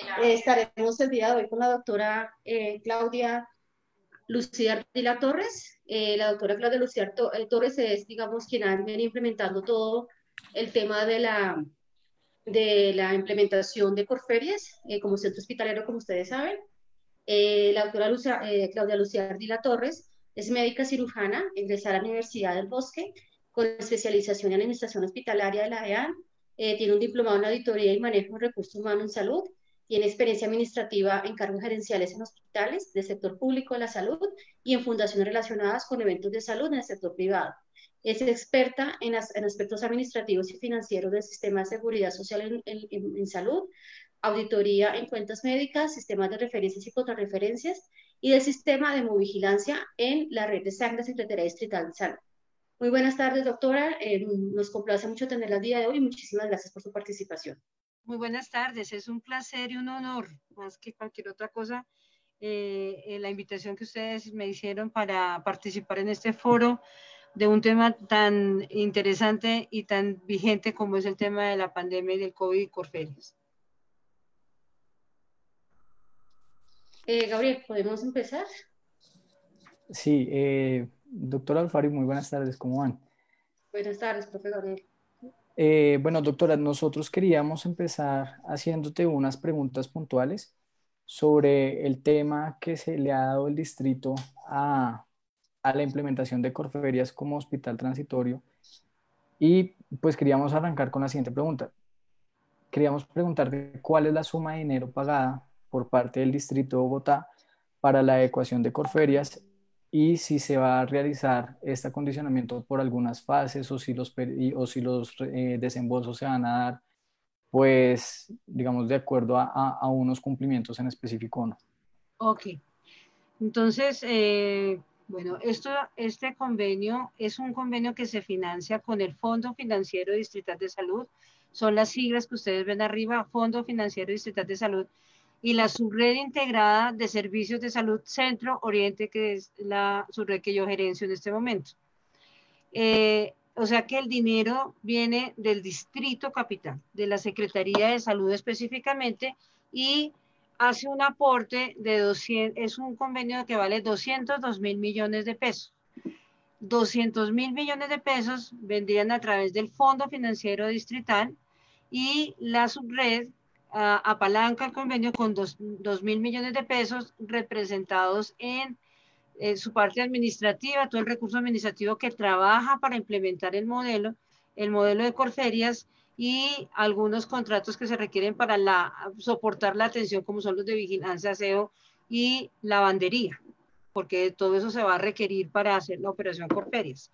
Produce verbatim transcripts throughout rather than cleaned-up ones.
Eh, estaremos el día de hoy con la doctora eh, Claudia Lucía Ardila Torres. Eh, la doctora Claudia Lucía To- eh, Torres es, digamos, quien ha venido implementando todo el tema de la, de la implementación de Corferias eh, como centro hospitalario, como ustedes saben. Eh, la doctora Lucia- eh, Claudia Lucía Ardila Torres es médica cirujana, egresada de la Universidad del Bosque, con especialización en administración hospitalaria de la E A N. Eh, tiene un diplomado en auditoría y manejo de recursos humanos en salud. Tiene experiencia administrativa en cargos gerenciales en hospitales del sector público de la salud y en fundaciones relacionadas con eventos de salud en el sector privado. Es experta en, as en aspectos administrativos y financieros del sistema de seguridad social en, en, en salud, auditoría en cuentas médicas, sistemas de referencias y contrarreferencias y del sistema de movigilancia en la red de sangre Secretaría Distrital de Salud. Muy buenas tardes, doctora. Eh, nos complace mucho tenerla el día de hoy y muchísimas gracias por su participación. Muy buenas tardes, es un placer y un honor, más que cualquier otra cosa, eh, eh, la invitación que ustedes me hicieron para participar en este foro de un tema tan interesante y tan vigente como es el tema de la pandemia y del COVID y Corferias. Eh, Gabriel, ¿podemos empezar? Sí, eh, doctor Alfaro, muy buenas tardes, ¿cómo van? Buenas tardes, profe Gabriel. Eh, bueno, doctora, nosotros queríamos empezar haciéndote unas preguntas puntuales sobre el tema que se le ha dado el distrito a, a la implementación de Corferias como hospital transitorio. Y pues queríamos arrancar con la siguiente pregunta. Queríamos preguntarte cuál es la suma de dinero pagada por parte del distrito de Bogotá para la adecuación de Corferias y si se va a realizar este acondicionamiento por algunas fases o si los, o si los eh, desembolsos se van a dar, pues, digamos, de acuerdo a, a, a unos cumplimientos en específico o no. Ok, entonces, eh, bueno, esto, este convenio es un convenio que se financia con el Fondo Financiero Distrital de Salud, son las siglas que ustedes ven arriba, Fondo Financiero Distrital de Salud, y la subred integrada de servicios de salud Centro Oriente, que es la subred que yo gerencio en este momento. Eh, o sea que el dinero viene del Distrito Capital, de la Secretaría de Salud específicamente, y hace un aporte de doscientos, es un convenio que vale doscientos dos mil millones de pesos. doscientos mil millones de pesos vendrían a través del Fondo Financiero Distrital y la subred uh, apalanca el convenio con dos mil millones de pesos representados en eh, su parte administrativa, todo el recurso administrativo que trabaja para implementar el modelo, el modelo de Corferias y algunos contratos que se requieren para la, soportar la atención como son los de vigilancia, aseo y lavandería, porque todo eso se va a requerir para hacer la operación Corferias.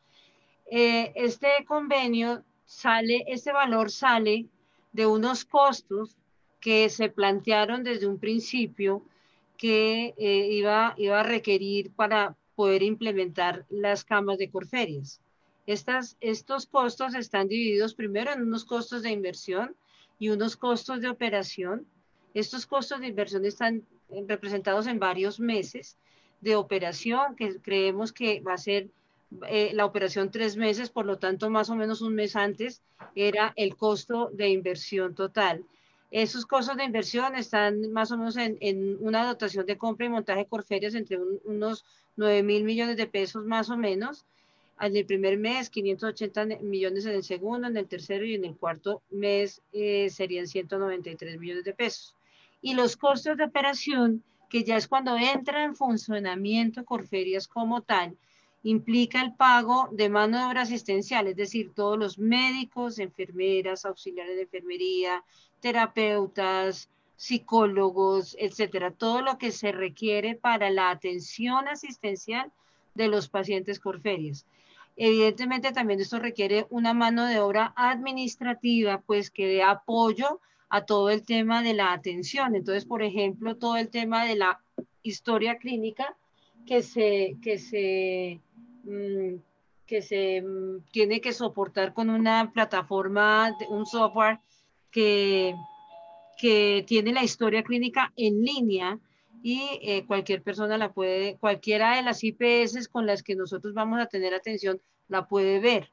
Eh, este convenio sale, este valor sale de unos costos que se plantearon desde un principio que eh, iba, iba a requerir para poder implementar las camas de Corferias. Estas, estos costos están divididos primero en unos costos de inversión y unos costos de operación. Estos costos de inversión están representados en varios meses de operación, que creemos que va a ser eh, la operación tres meses, por lo tanto, más o menos un mes antes era el costo de inversión total. Esos costos de inversión están más o menos en, en una dotación de compra y montaje de Corferias entre un, unos nueve mil millones de pesos más o menos. En el primer mes, quinientos ochenta millones en el segundo, en el tercero y en el cuarto mes eh, serían ciento noventa y tres millones de pesos. Y los costos de operación, que ya es cuando entra en funcionamiento Corferias como tal, implica el pago de mano de obra asistencial, es decir, todos los médicos, enfermeras, auxiliares de enfermería, terapeutas, psicólogos, etcétera, todo lo que se requiere para la atención asistencial de los pacientes Corferias. Evidentemente también esto requiere una mano de obra administrativa, pues que dé apoyo a todo el tema de la atención. Entonces, por ejemplo, todo el tema de la historia clínica que se, que se, mmm, que se mmm, tiene que soportar con una plataforma, un software que, que tiene la historia clínica en línea y eh, cualquier persona la puede, cualquiera de las I P S con las que nosotros vamos a tener atención la puede ver.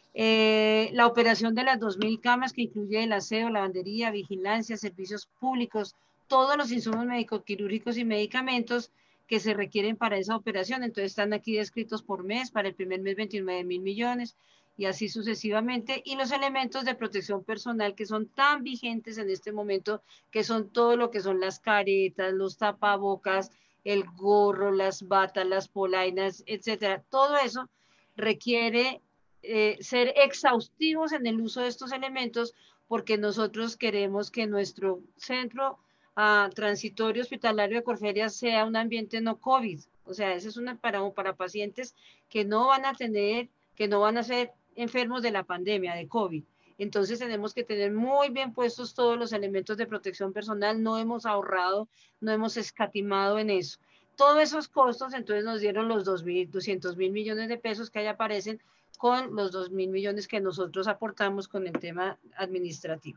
Eh, la operación de las dos mil camas que incluye el aseo, lavandería, vigilancia, servicios públicos, todos los insumos médico-quirúrgicos y medicamentos que se requieren para esa operación. Entonces están aquí descritos por mes, para el primer mes veintinueve mil millones y así sucesivamente. Y los elementos de protección personal que son tan vigentes en este momento, que son todo lo que son las caretas, los tapabocas, el gorro, las batas, las polainas, etcétera. Todo eso requiere eh, ser exhaustivos en el uso de estos elementos porque nosotros queremos que nuestro centro uh, transitorio hospitalario de Corferias sea un ambiente no COVID. O sea, ese es una para, para pacientes que no van a tener, que no van a ser enfermos de la pandemia, de COVID. Entonces tenemos que tener muy bien puestos todos los elementos de protección personal, no hemos ahorrado, no hemos escatimado en eso. Todos esos costos entonces nos dieron los doscientos mil millones de pesos que ahí aparecen con los dos mil millones que nosotros aportamos con el tema administrativo.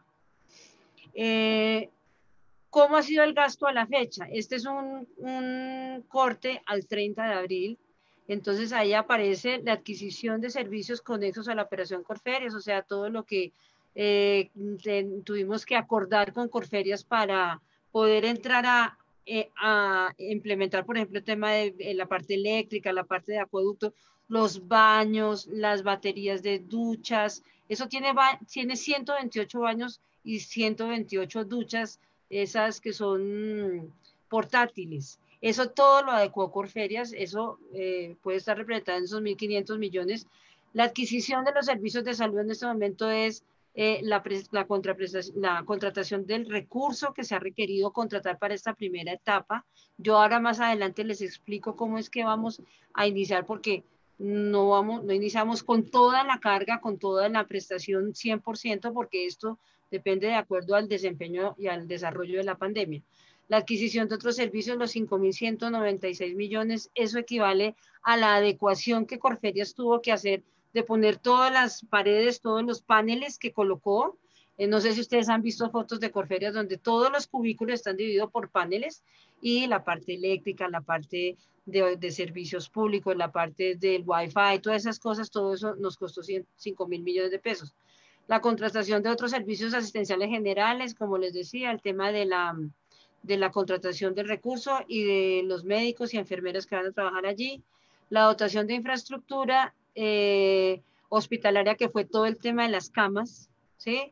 Eh, ¿Cómo ha sido el gasto a la fecha? Este es un, un corte al treinta de abril. Entonces ahí aparece la adquisición de servicios conexos a la operación Corferias, o sea, todo lo que eh, tuvimos que acordar con Corferias para poder entrar a, eh, a implementar, por ejemplo, el tema de, de la parte eléctrica, la parte de acueducto, los baños, las baterías de duchas. Eso tiene, tiene ciento veintiocho baños y ciento veintiocho duchas, esas que son portátiles. Eso todo lo adecuó Corferias, eso eh, puede estar representado en esos mil quinientos millones. La adquisición de los servicios de salud en este momento es eh, la, la, la contratación del recurso que se ha requerido contratar para esta primera etapa. Yo ahora más adelante les explico cómo es que vamos a iniciar, porque no, vamos, no iniciamos con toda la carga, con toda la prestación cien por ciento, porque esto depende de acuerdo al desempeño y al desarrollo de la pandemia. La adquisición de otros servicios, los cinco mil ciento noventa y seis millones, eso equivale a la adecuación que Corferias tuvo que hacer de poner todas las paredes, todos los paneles que colocó. Eh, no sé si ustedes han visto fotos de Corferias donde todos los cubículos están divididos por paneles y la parte eléctrica, la parte de, de servicios públicos, la parte del Wi-Fi, todas esas cosas, todo eso nos costó cinco mil millones de pesos. La contratación de otros servicios asistenciales generales, como les decía, el tema de la, de la contratación del recurso y de los médicos y enfermeras que van a trabajar allí, la dotación de infraestructura eh, hospitalaria, que fue todo el tema de las camas, ¿sí?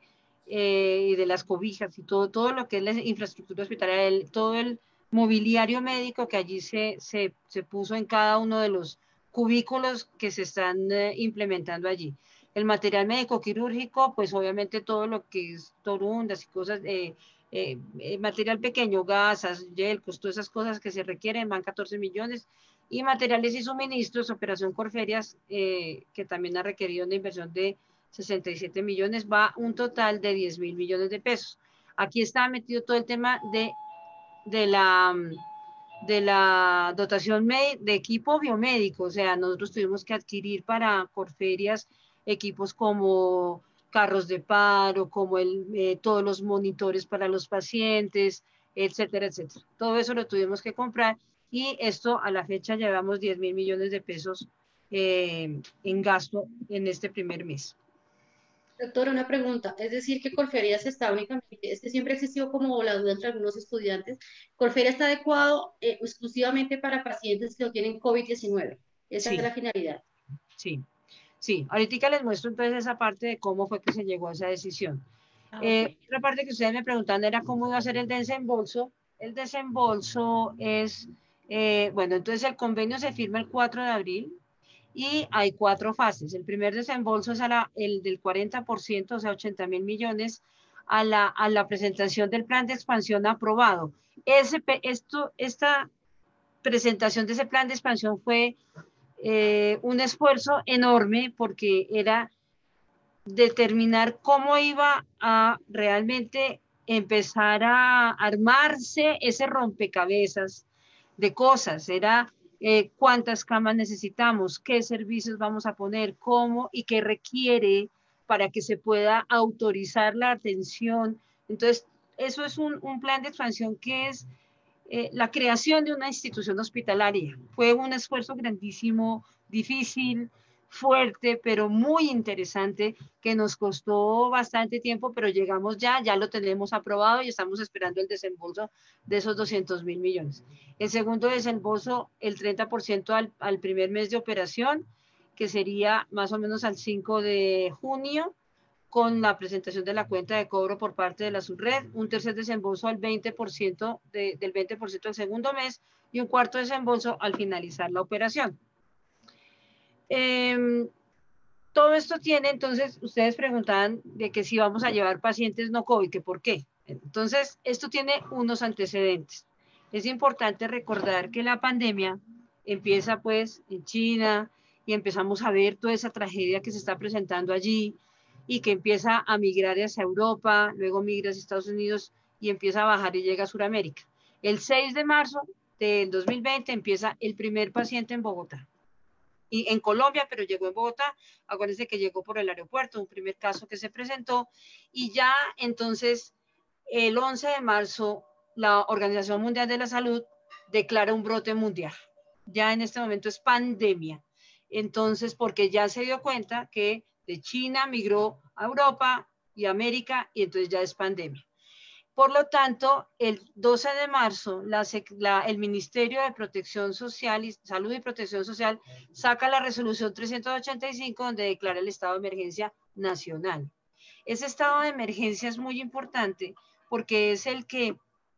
Eh, y de las cobijas y todo, todo lo que es la infraestructura hospitalaria, el, todo el mobiliario médico que allí se, se, se puso en cada uno de los cubículos que se están eh, implementando allí. El material médico quirúrgico, pues obviamente todo lo que es torundas y cosas, eh, eh, material pequeño, gasas, yelcos, todas esas cosas que se requieren, van catorce millones. Y materiales y suministros, Operación Corferias, eh, que también ha requerido una inversión de sesenta y siete millones, va un total de diez mil millones de pesos. Aquí está metido todo el tema de, de la... de la dotación de equipo biomédico, o sea, nosotros tuvimos que adquirir para Corferias equipos como carros de paro, como el, eh, todos los monitores para los pacientes, etcétera, etcétera. Todo eso lo tuvimos que comprar y esto a la fecha llevamos diez mil millones de pesos eh, en gasto en este primer mes. Doctora, una pregunta, es decir que Corferias está únicamente, es que siempre ha existido como la duda entre algunos estudiantes, Corferias está adecuado eh, exclusivamente para pacientes que no tienen COVID diecinueve, esa sí, es la finalidad. Sí, sí, ahorita les muestro entonces esa parte de cómo fue que se llegó a esa decisión. Ah, eh, okay. Otra parte que ustedes me preguntan era cómo iba a ser el desembolso. El desembolso es, eh, bueno, entonces el convenio se firma el cuatro de abril y hay cuatro fases. El primer desembolso es a la, el del cuarenta por ciento, o sea, ochenta mil millones, a la, a la presentación del plan de expansión aprobado. Ese, esto, esta presentación de ese plan de expansión fue eh, un esfuerzo enorme porque era determinar cómo iba a realmente empezar a armarse ese rompecabezas de cosas. Era eh, cuántas camas necesitamos, qué servicios vamos a poner, cómo y qué requiere para que se pueda autorizar la atención. Entonces, eso es un, un plan de expansión que es eh, la creación de una institución hospitalaria. Fue un esfuerzo grandísimo, difícil, fuerte, pero muy interesante, que nos costó bastante tiempo, pero llegamos ya, ya lo tenemos aprobado y estamos esperando el desembolso de esos doscientos mil millones. El segundo desembolso, el treinta por ciento al, al primer mes de operación, que sería más o menos al cinco de junio, con la presentación de la cuenta de cobro por parte de la subred, un tercer desembolso al veinte por ciento de, del veinte por ciento del segundo mes y un cuarto desembolso al finalizar la operación. Eh, todo esto tiene, entonces, ustedes preguntaban de que si vamos a llevar pacientes no COVID, que por qué. Entonces, esto tiene unos antecedentes. Es importante recordar que la pandemia empieza pues en China y empezamos a ver toda esa tragedia que se está presentando allí y que empieza a migrar hacia Europa, luego migra hacia Estados Unidos y empieza a bajar y llega a Sudamérica. El seis de marzo del dos mil veinte empieza el primer paciente en Bogotá. Y en Colombia, pero llegó en Bogotá, acuérdense que llegó por el aeropuerto, un primer caso que se presentó, y ya entonces el once de marzo la Organización Mundial de la Salud declara un brote mundial. Ya en este momento es pandemia. Entonces, porque ya se dio cuenta que de China migró a Europa y América, y entonces ya es pandemia. Por lo tanto, el doce de marzo, la, la, el Ministerio de Protección Social y Salud y Protección Social saca la resolución trescientos ochenta y cinco, donde declara el estado de emergencia nacional. Ese estado de emergencia es muy importante porque es el que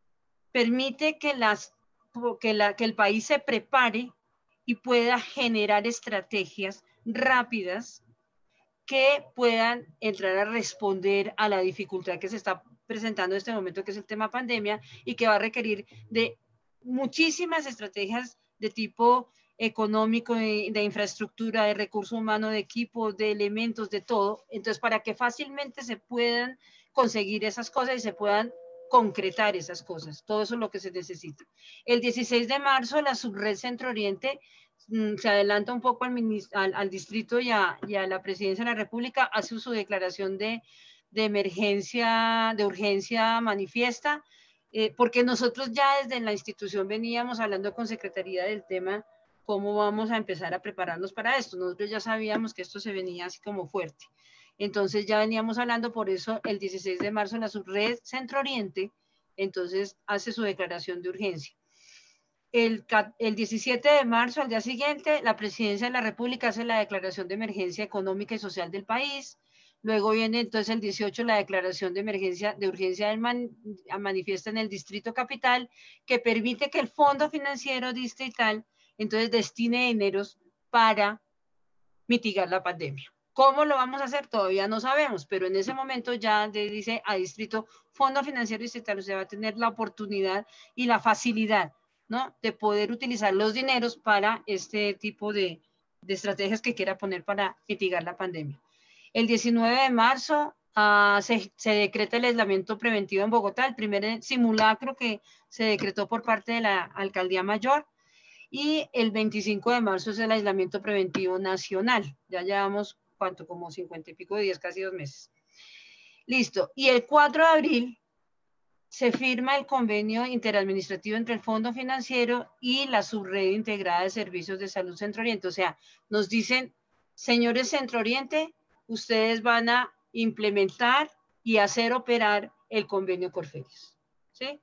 permite que, las, que, la, que el país se prepare y pueda generar estrategias rápidas que puedan entrar a responder a la dificultad que se está presentando en este momento, que es el tema pandemia, y que va a requerir de muchísimas estrategias de tipo económico, de, de infraestructura, de recurso humano, de equipo, de elementos, de todo. Entonces, para que fácilmente se puedan conseguir esas cosas y se puedan concretar esas cosas. Todo eso es lo que se necesita. El dieciséis de marzo, la subred Centro Oriente se adelanta un poco al, al, al distrito y a, y a la presidencia de la República, hace su declaración de, de emergencia, de urgencia manifiesta, eh, porque nosotros ya desde la institución veníamos hablando con Secretaría del tema, cómo vamos a empezar a prepararnos para esto. Nosotros ya sabíamos que esto se venía así como fuerte. Entonces ya veníamos hablando, por eso el dieciséis de marzo la subred Centro Oriente, entonces hace su declaración de urgencia. El, el diecisiete de marzo, al día siguiente, la Presidencia de la República hace la declaración de emergencia económica y social del país. Luego viene entonces el dieciocho la declaración de emergencia de urgencia del man, manifiesta en el Distrito Capital, que permite que el Fondo Financiero Distrital entonces destine dineros para mitigar la pandemia. ¿Cómo lo vamos a hacer? Todavía no sabemos, pero en ese momento ya le dice a Distrito, Fondo Financiero Distrital, usted va a tener la oportunidad y la facilidad, ¿no?, de poder utilizar los dineros para este tipo de, de estrategias que quiera poner para mitigar la pandemia. El diecinueve de marzo uh, se, se decreta el aislamiento preventivo en Bogotá, el primer simulacro que se decretó por parte de la Alcaldía Mayor, y el veinticinco de marzo es el aislamiento preventivo nacional. Ya llevamos, ¿cuánto? Como cincuenta y pico de días, casi dos meses. Listo. Y el cuatro de abril se firma el convenio interadministrativo entre el Fondo Financiero y la Subred Integrada de Servicios de Salud Centro Oriente. O sea, nos dicen, señores Centro Oriente, ustedes van a implementar y hacer operar el convenio Corferias. ¿Sí?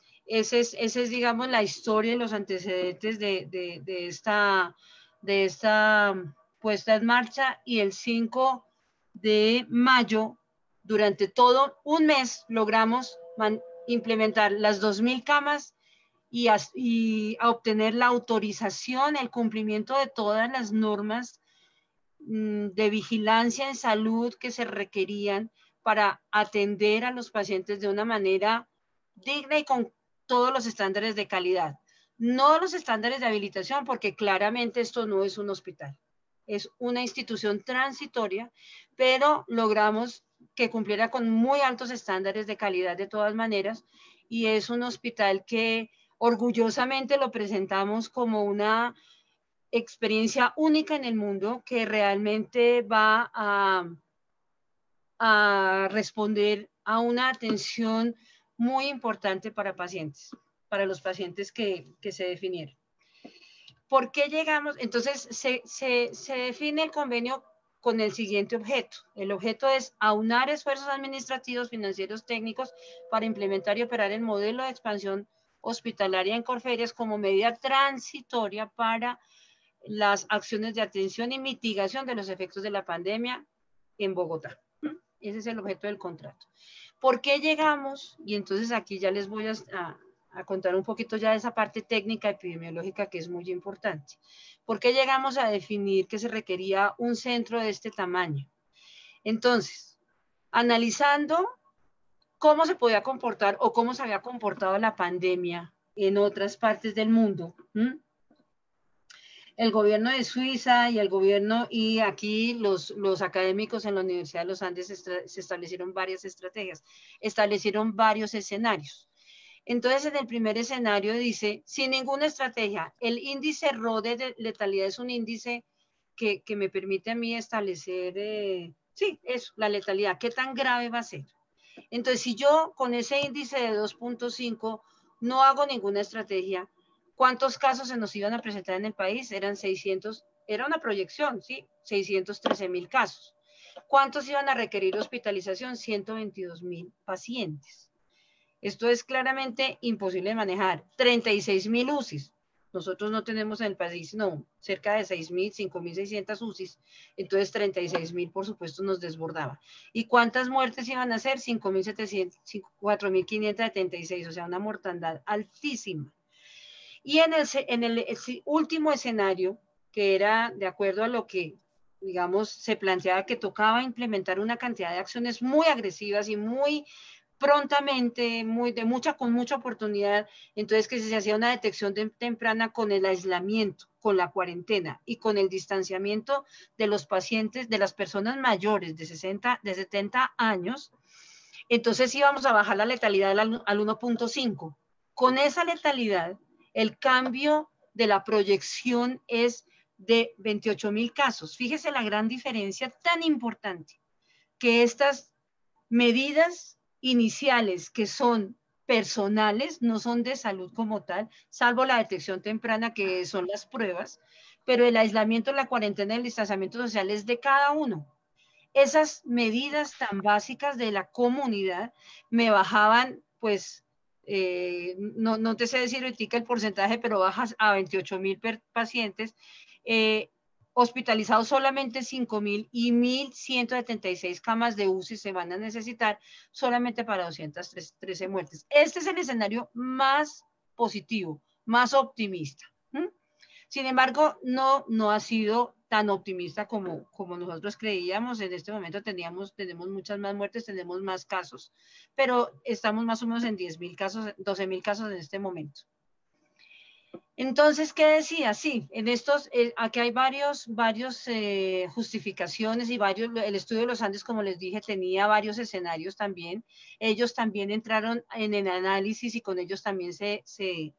Esa es, ese es, digamos, la historia y los antecedentes de, de, de, esta, de esta puesta en marcha. Y el cinco de mayo, durante todo un mes, logramos man, implementar las dos mil camas y a, y a obtener la autorización, el cumplimiento de todas las normas mmm, de vigilancia en salud que se requerían para atender a los pacientes de una manera digna y con todos los estándares de calidad. No los estándares de habilitación, porque claramente esto no es un hospital, es una institución transitoria, pero logramos que cumpliera con muy altos estándares de calidad de todas maneras, y es un hospital que orgullosamente lo presentamos como una experiencia única en el mundo, que realmente va a, a responder a una atención muy importante para pacientes, para los pacientes que, que se definieron. ¿por qué llegamos? Entonces se, se, se define el convenio con el siguiente objeto. El objeto es aunar esfuerzos administrativos, financieros, técnicos para implementar y operar el modelo de expansión hospitalaria en Corferias como medida transitoria para las acciones de atención y mitigación de los efectos de la pandemia en Bogotá. Ese es el objeto del contrato. ¿Por qué llegamos? Y entonces aquí ya les voy a, a, a contar un poquito ya de esa parte técnica epidemiológica que es muy importante. ¿Por qué llegamos a definir que se requería un centro de este tamaño? Entonces, analizando cómo se podía comportar o cómo se había comportado la pandemia en otras partes del mundo, ¿m? El gobierno de Suiza y el gobierno, y aquí los, los académicos en la Universidad de los Andes se establecieron varias estrategias, establecieron varios escenarios. Entonces, en el primer escenario dice, sin ninguna estrategia, el índice R O de letalidad es un índice que, que me permite a mí establecer, eh, sí, eso, la letalidad, qué tan grave va a ser. Entonces, si yo con ese índice de dos punto cinco no hago ninguna estrategia, ¿cuántos casos se nos iban a presentar en el país? Eran seiscientos, era una proyección, ¿sí? seiscientos trece mil casos. ¿Cuántos iban a requerir hospitalización? ciento veintidós mil pacientes. Esto es claramente imposible de manejar. treinta y seis mil U C Is. Nosotros no tenemos en el país, no, cerca de seis mil, cinco mil seiscientas U C Is. Entonces treinta y seis mil, por supuesto, nos desbordaba. ¿Y cuántas muertes iban a ser? cinco mil setecientos, cuatro mil quinientos setenta y seis, o sea, una mortandad altísima. Y en el, en el, el último escenario, que era de acuerdo a lo que, digamos, se planteaba que tocaba implementar una cantidad de acciones muy agresivas y muy prontamente, muy, de mucha, con mucha oportunidad, entonces que se hacía una detección de, temprana con el aislamiento, con la cuarentena y con el distanciamiento de los pacientes, de las personas mayores de, sesenta, de setenta años, entonces íbamos a bajar la letalidad al, al uno punto cinco. Con esa letalidad, el cambio de la proyección es de veintiocho mil casos. Fíjese la gran diferencia tan importante, que estas medidas iniciales que son personales, no son de salud como tal, salvo la detección temprana que son las pruebas, pero el aislamiento, la cuarentena y el distanciamiento social es de cada uno. Esas medidas tan básicas de la comunidad me bajaban, pues, eh, no, no te sé decir ahorita el porcentaje, pero bajas a veintiocho mil pacientes, eh, hospitalizados solamente cinco mil y mil ciento setenta y seis camas de U C I se van a necesitar solamente para doscientas trece muertes. Este es el escenario más positivo, más optimista. ¿Mm? Sin embargo, no, no ha sido tan optimista como, como nosotros creíamos. En este momento teníamos, tenemos muchas más muertes, tenemos más casos, pero estamos más o menos en diez mil casos, doce mil casos en este momento. Entonces, ¿qué decía? Sí, en estos, eh, aquí hay varios, varios eh, justificaciones y varios, el estudio de los Andes, como les dije, tenía varios escenarios también. Ellos también entraron en el análisis y con ellos también se, se,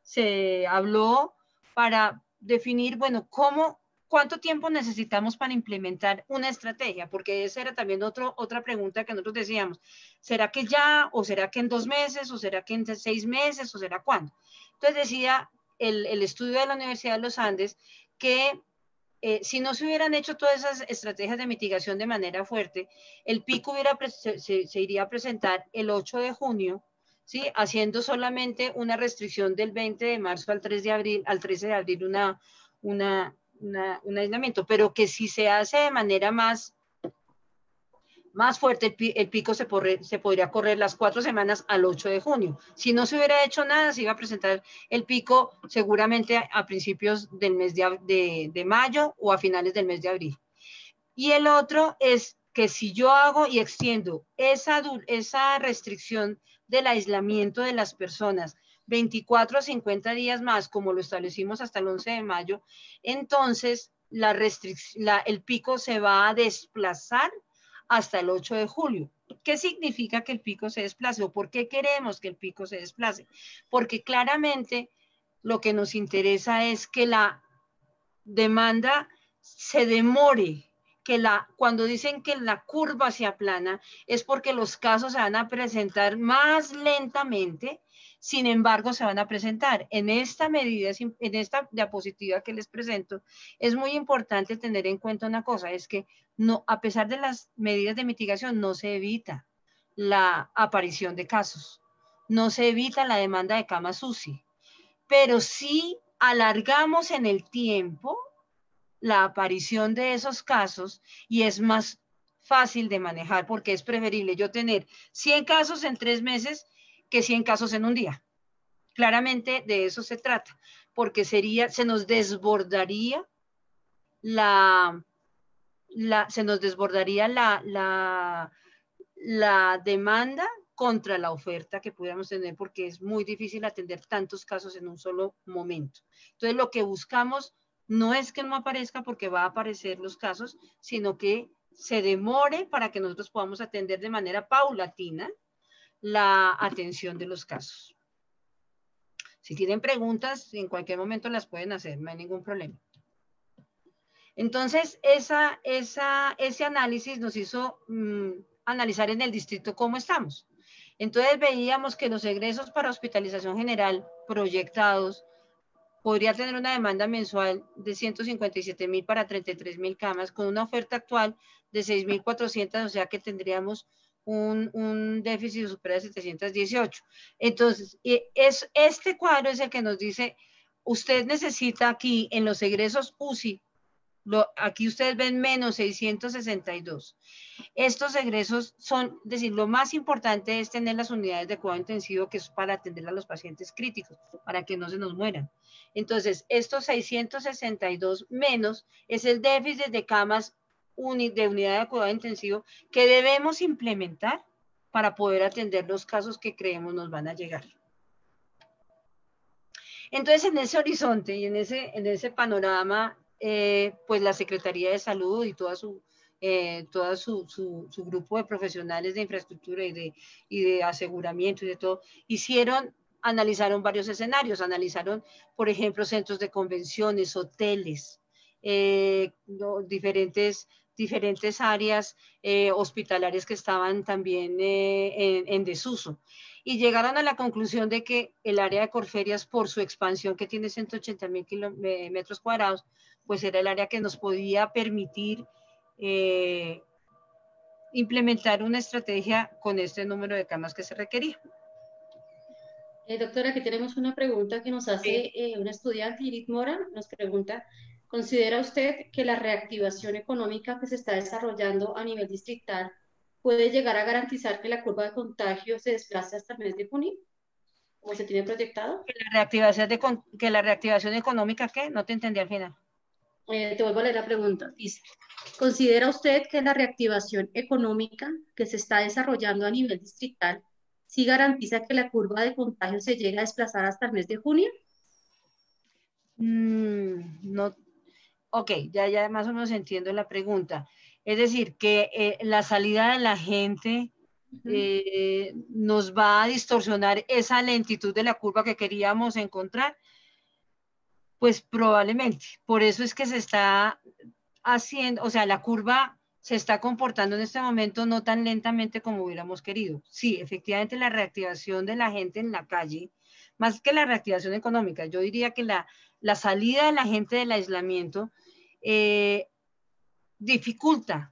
se habló para definir, bueno, cómo, cuánto tiempo necesitamos para implementar una estrategia, porque esa era también otro, otra pregunta que nosotros decíamos, ¿será que ya, o será que en dos meses, o será que en seis meses, o será cuándo? Entonces decía el, el estudio de la Universidad de los Andes que eh, si no se hubieran hecho todas esas estrategias de mitigación de manera fuerte, el pico hubiera se, se, se iría a presentar el ocho de junio, ¿sí? Haciendo solamente una restricción del veinte de marzo al tres de abril, al trece de abril una, una, una, un aislamiento, pero que si se hace de manera más, más fuerte, el, el pico se, porre, se podría correr las cuatro semanas al ocho de junio. Si no se hubiera hecho nada, se iba a presentar el pico seguramente a, a principios del mes de, de, de mayo o a finales del mes de abril. Y el otro es que si yo hago y extiendo esa, esa restricción del aislamiento de las personas veinticuatro a cincuenta días más, como lo establecimos hasta el once de mayo, entonces la la, el pico se va a desplazar hasta el ocho de julio. ¿Qué significa que el pico se desplace? ¿O por qué queremos que el pico se desplace? Porque claramente lo que nos interesa es que la demanda se demore, que la, cuando dicen que la curva se aplana, es porque los casos se van a presentar más lentamente, sin embargo se van a presentar. En esta medida, en esta diapositiva que les presento, es muy importante tener en cuenta una cosa, es que no, a pesar de las medidas de mitigación, no se evita la aparición de casos, no se evita la demanda de camas U C I, pero sí alargamos en el tiempo la aparición de esos casos y es más fácil de manejar porque es preferible yo tener cien casos en tres meses que cien casos en un día. Claramente de eso se trata, porque sería, se nos desbordaría la, la se nos desbordaría la, la, la demanda contra la oferta que pudiéramos tener, porque es muy difícil atender tantos casos en un solo momento. Entonces, lo que buscamos no es que no aparezca porque va a aparecer los casos, sino que se demore para que nosotros podamos atender de manera paulatina la atención de los casos. Si tienen preguntas, en cualquier momento las pueden hacer, no hay ningún problema. Entonces, esa, esa, ese análisis nos hizo mmm, analizar en el distrito cómo estamos. Entonces, veíamos que los egresos para hospitalización general proyectados podría tener una demanda mensual de ciento cincuenta y siete mil para treinta y tres mil camas, con una oferta actual de seis mil cuatrocientas, o sea que tendríamos un, un déficit superior a setecientos dieciocho. Entonces, es, este cuadro es el que nos dice, usted necesita aquí en los egresos U C I, lo, aquí ustedes ven menos seiscientos sesenta y dos. Estos egresos son, es decir, lo más importante es tener las unidades de cuidado intensivo, que es para atender a los pacientes críticos, para que no se nos mueran. Entonces, estos seiscientos sesenta y dos menos es el déficit de camas uni, de unidad de cuidado intensivo que debemos implementar para poder atender los casos que creemos nos van a llegar. Entonces, en ese horizonte y en ese, en ese panorama, eh, pues la Secretaría de Salud y toda su Eh, todo su, su, su grupo de profesionales de infraestructura y de, y de aseguramiento y de todo, hicieron, analizaron varios escenarios, analizaron, por ejemplo, centros de convenciones, hoteles, eh, no, diferentes, diferentes áreas eh, hospitalarias que estaban también eh, en, en desuso. Y llegaron a la conclusión de que el área de Corferias, por su expansión que tiene ciento ochenta mil metros cuadrados, pues era el área que nos podía permitir Eh, implementar una estrategia con este número de camas que se requería. Eh, doctora, aquí tenemos una pregunta que nos hace Sí. eh, una estudiante, Iris Mora, nos pregunta, ¿considera usted que la reactivación económica que se está desarrollando a nivel distrital puede llegar a garantizar que la curva de contagio se desplace hasta el mes de junio, como se tiene proyectado? Que la reactivación, de, que la reactivación económica, ¿qué? No te entendí al final. Eh, te vuelvo a leer la pregunta. Dice, ¿considera usted que la reactivación económica que se está desarrollando a nivel distrital sí garantiza que la curva de contagio se llegue a desplazar hasta el mes de junio? Mm, no, ok, ya, ya más o menos entiendo la pregunta. Es decir, que eh, la salida de la gente eh, nos va a distorsionar esa lentitud de la curva que queríamos encontrar. Pues probablemente, por eso es que se está haciendo, o sea, la curva se está comportando en este momento no tan lentamente como hubiéramos querido. Sí, efectivamente la reactivación de la gente en la calle, más que la reactivación económica, yo diría que la, la salida de la gente del aislamiento eh, dificulta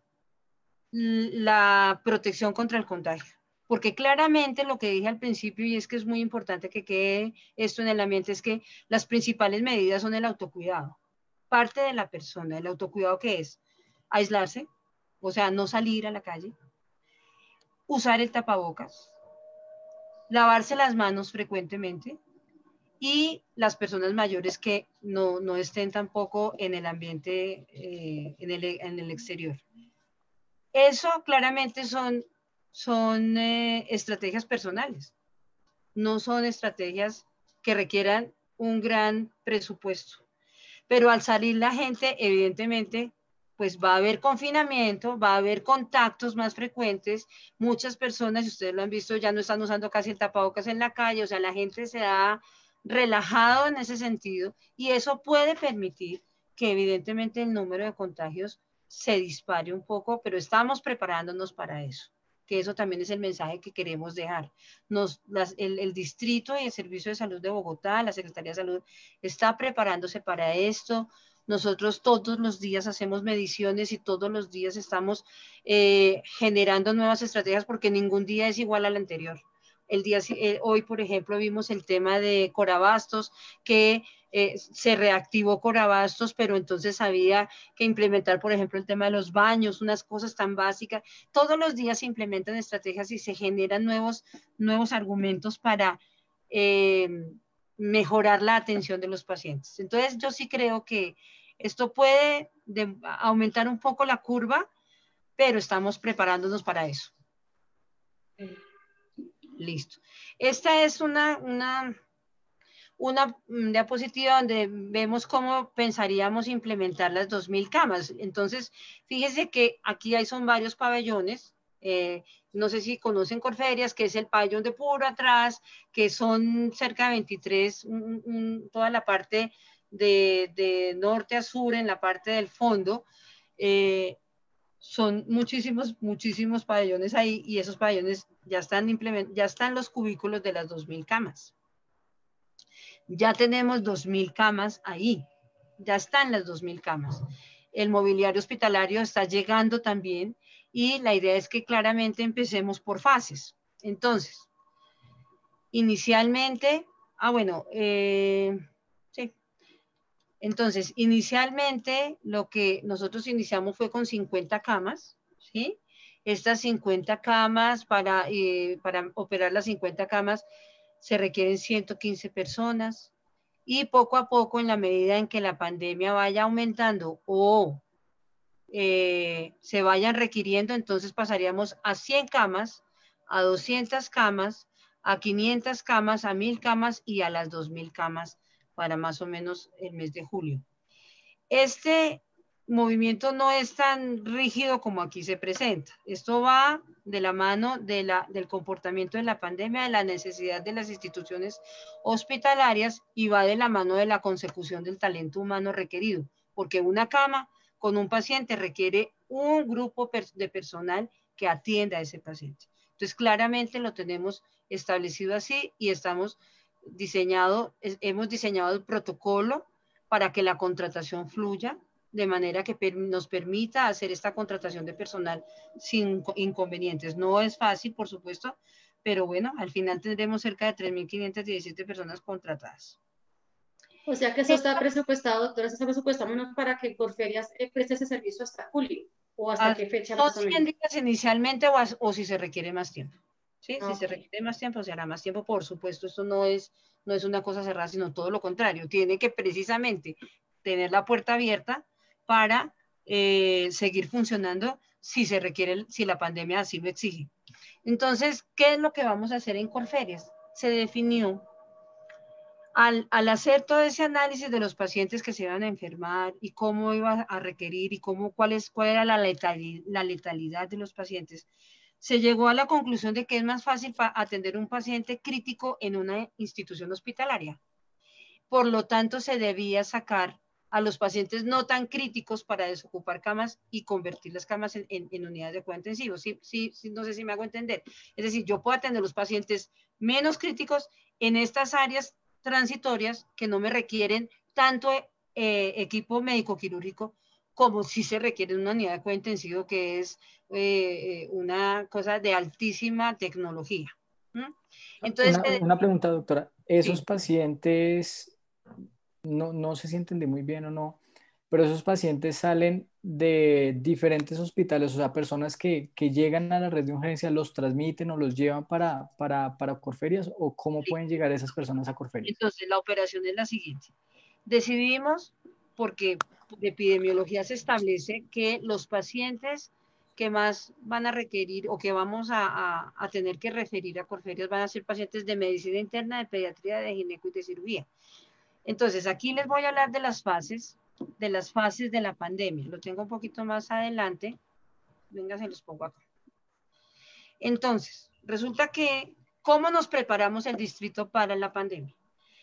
la protección contra el contagio. Porque claramente lo que dije al principio, y es que es muy importante que quede esto en el ambiente, es que las principales medidas son el autocuidado. Parte de la persona, el autocuidado que es aislarse, o sea, no salir a la calle, usar el tapabocas, lavarse las manos frecuentemente y las personas mayores que no, no estén tampoco en el ambiente, eh, en, el, en el exterior. Eso claramente son son eh, estrategias personales, no son estrategias que requieran un gran presupuesto. Pero al salir la gente, evidentemente, pues va a haber confinamiento, va a haber contactos más frecuentes, muchas personas, si ustedes lo han visto, ya no están usando casi el tapabocas en la calle, o sea, la gente se ha relajado en ese sentido y eso puede permitir que evidentemente el número de contagios se dispare un poco, pero estamos preparándonos para eso. que eso también es el mensaje que queremos dejar. Nos, las, el, el distrito y el Servicio de Salud de Bogotá, la Secretaría de Salud, está preparándose para esto. Nosotros todos los días hacemos mediciones y todos los días estamos eh, generando nuevas estrategias porque ningún día es igual al anterior. El día, eh, hoy, por ejemplo, vimos el tema de Corabastos, que eh, se reactivó Corabastos, pero entonces había que implementar, por ejemplo, el tema de los baños, unas cosas tan básicas. Todos los días se implementan estrategias y se generan nuevos, nuevos argumentos para eh, mejorar la atención de los pacientes. Entonces, yo sí creo que esto puede de, aumentar un poco la curva, pero estamos preparándonos para eso. Listo. Esta es una, una, una diapositiva donde vemos cómo pensaríamos implementar las dos mil camas. Entonces, fíjese que aquí hay son varios pabellones. Eh, no sé si conocen Corferias, que es el pabellón de puro atrás, que son cerca de veintitrés, un, un, toda la parte de, de norte a sur en la parte del fondo. Eh, son muchísimos, muchísimos pabellones ahí y esos pabellones ya están, ya están los cubículos de las dos mil camas. Ya tenemos dos mil camas ahí, ya están las dos mil camas. El mobiliario hospitalario está llegando también y la idea es que claramente empecemos por fases. Entonces, inicialmente, ah bueno, eh, sí. Entonces, inicialmente lo que nosotros iniciamos fue con cincuenta camas, ¿sí? Estas cincuenta camas, para, eh, para operar las cincuenta camas, se requieren ciento quince personas y poco a poco, en la medida en que la pandemia vaya aumentando o eh, se vayan requiriendo, entonces pasaríamos a cien camas, a doscientas camas, a quinientas camas, a mil camas y a las dos mil camas para más o menos el mes de julio. Este movimiento no es tan rígido como aquí se presenta. Esto va de la mano de la, del comportamiento de la pandemia, de la necesidad de las instituciones hospitalarias y va de la mano de la consecución del talento humano requerido, porque una cama con un paciente requiere un grupo de personal que atienda a ese paciente. Entonces, claramente lo tenemos establecido así y estamos diseñado, hemos diseñado el protocolo para que la contratación fluya de manera que per, nos permita hacer esta contratación de personal sin inconvenientes. No es fácil, por supuesto, pero bueno, al final tendremos cerca de tres mil quinientas diecisiete personas contratadas. O sea que eso está presupuestado, doctora, eso está presupuestado para que Corferias preste ese servicio hasta julio, o hasta a, qué fecha son más o menos. cien días inicialmente o, a, o si se requiere más tiempo. ¿Sí? Okay. Si se requiere más tiempo, se hará más tiempo. Por supuesto, esto no es, no es una cosa cerrada, sino todo lo contrario. Tiene que precisamente tener la puerta abierta para eh, seguir funcionando si se requiere, si la pandemia así lo exige. Entonces, ¿qué es lo que vamos a hacer en Corferias? Se definió, al, al hacer todo ese análisis de los pacientes que se iban a enfermar y cómo iba a requerir y cómo, cuál, es, cuál era la letalidad, la letalidad de los pacientes, se llegó a la conclusión de que es más fácil atender un paciente crítico en una institución hospitalaria. Por lo tanto, se debía sacar a los pacientes no tan críticos para desocupar camas y convertir las camas en, en, en unidades de cuidado intensivo. Sí, sí, sí, no sé si me hago entender. Es decir, yo puedo atender a los pacientes menos críticos en estas áreas transitorias que no me requieren tanto eh, equipo médico-quirúrgico como si se requiere una unidad de cuidado intensivo, que es eh, una cosa de altísima tecnología. ¿Mm? Entonces, una, una, pregunta, doctora. ¿Esos sí. pacientes, no, no sé si entendí muy bien o no, pero esos pacientes salen de diferentes hospitales, o sea, personas que, que llegan a la red de urgencia, los transmiten o los llevan para, para, para Corferias, o cómo sí. pueden llegar esas personas a Corferias? Entonces, la operación es la siguiente. Decidimos, porque de epidemiología se establece que los pacientes que más van a requerir o que vamos a, a, a tener que referir a Corferias van a ser pacientes de medicina interna, de pediatría, de gineco y de cirugía. Entonces, aquí les voy a hablar de las fases, de las fases de la pandemia. Lo tengo un poquito más adelante. Venga, se los pongo acá. Entonces, resulta que, ¿cómo nos preparamos el distrito para la pandemia?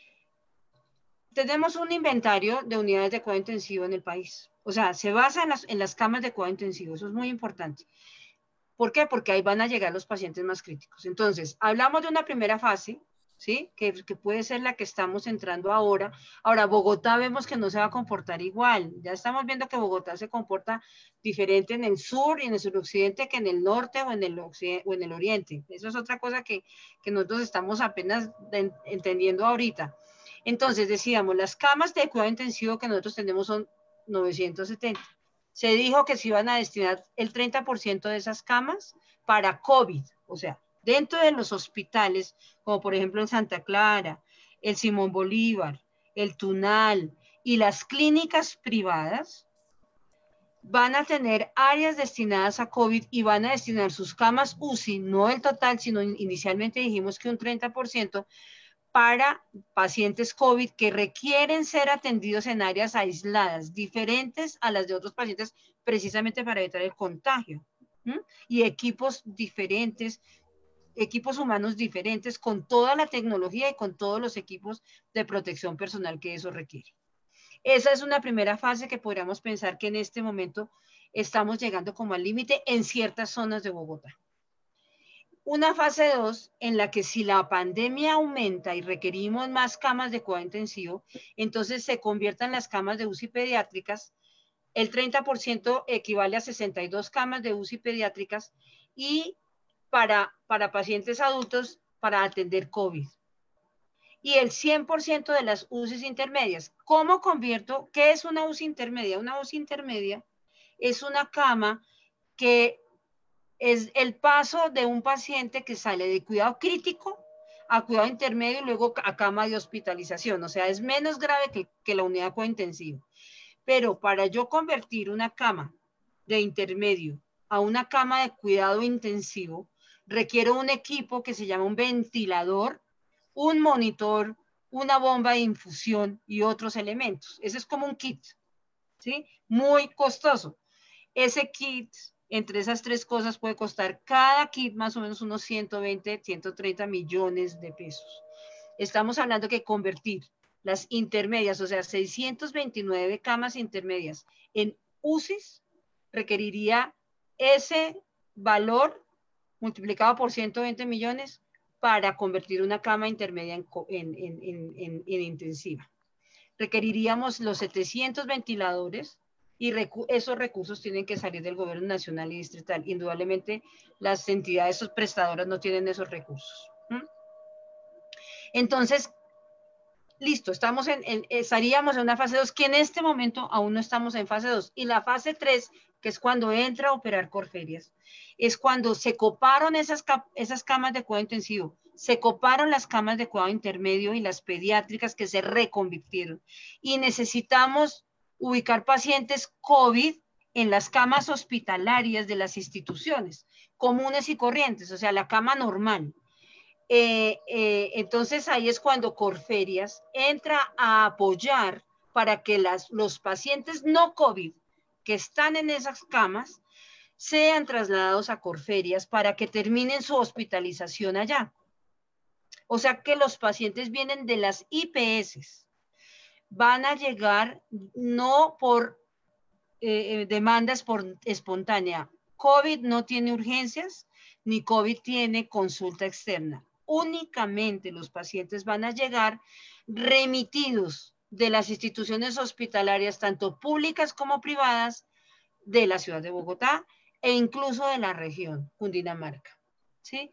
Tenemos un inventario de unidades de cuidado intensivo en el país. O sea, se basa en las, en las camas de cuidado intensivo. Eso es muy importante. ¿Por qué? Porque ahí van a llegar los pacientes más críticos. Entonces, hablamos de una primera fase, ¿sí? Que, que puede ser la que estamos entrando ahora. Ahora, Bogotá vemos que no se va a comportar igual. Ya estamos viendo que Bogotá se comporta diferente en el sur y en el suroccidente que en el norte o en el, occidente, o en el oriente. Eso es otra cosa que, que nosotros estamos apenas de, entendiendo ahorita. Entonces, decíamos, las camas de cuidado intensivo que nosotros tenemos son novecientos setenta. Se dijo que se iban a destinar el treinta por ciento de esas camas para COVID, o sea, dentro de los hospitales, como por ejemplo en Santa Clara, el Simón Bolívar, el Tunal y las clínicas privadas, van a tener áreas destinadas a COVID y van a destinar sus camas U C I, no el total, sino inicialmente dijimos que un treinta por ciento, para pacientes COVID que requieren ser atendidos en áreas aisladas, diferentes a las de otros pacientes, precisamente para evitar el contagio. ¿Mm? Y equipos diferentes, equipos humanos diferentes, con toda la tecnología y con todos los equipos de protección personal que eso requiere. Esa es una primera fase que podríamos pensar que en este momento estamos llegando como al límite en ciertas zonas de Bogotá. Una fase dos en la que si la pandemia aumenta y requerimos más camas de cuidado intensivo, entonces se conviertan las camas de U C I pediátricas, el treinta por ciento equivale a sesenta y dos camas de U C I pediátricas y para, para pacientes adultos para atender COVID. Y el cien por ciento de las U C Is intermedias. ¿Cómo convierto? ¿Qué es una U C I intermedia? Una U C I intermedia es una cama que es el paso de un paciente que sale de cuidado crítico a cuidado intermedio y luego a cama de hospitalización. O sea, es menos grave que, que la unidad de cuidado intensivo. Pero para yo convertir una cama de intermedio a una cama de cuidado intensivo, requiero un equipo que se llama un ventilador, un monitor, una bomba de infusión y otros elementos. Ese es como un kit, ¿sí? Muy costoso. Ese kit, entre esas tres cosas, puede costar cada kit más o menos unos ciento veinte, ciento treinta millones de pesos. Estamos hablando que convertir las intermedias, o sea, seiscientas veintinueve camas intermedias en U C Is, requeriría ese valor multiplicado por ciento veinte millones para convertir una cama intermedia en, en, en, en, en intensiva. Requeriríamos los setecientos ventiladores y recu esos recursos tienen que salir del gobierno nacional y distrital. Indudablemente las entidades prestadoras no tienen esos recursos. ¿Mm? Entonces, listo, estamos en, en, estaríamos en una fase dos, que en este momento aún no estamos en fase dos. Y la fase tres, que es cuando entra a operar Corferias, es cuando se coparon esas, esas camas de cuidado intensivo, se coparon las camas de cuidado intermedio y las pediátricas que se reconvirtieron. Y necesitamos ubicar pacientes COVID en las camas hospitalarias de las instituciones, comunes y corrientes, o sea, la cama normal. Eh, eh, entonces ahí es cuando Corferias entra a apoyar para que las, los pacientes no COVID que están en esas camas sean trasladados a Corferias para que terminen su hospitalización allá. O sea que los pacientes vienen de las I P S, van a llegar no por eh, demandas por espontánea. COVID no tiene urgencias, ni COVID tiene consulta externa. Únicamente los pacientes van a llegar remitidos de las instituciones hospitalarias, tanto públicas como privadas, de la ciudad de Bogotá e incluso de la región, Cundinamarca. ¿Sí?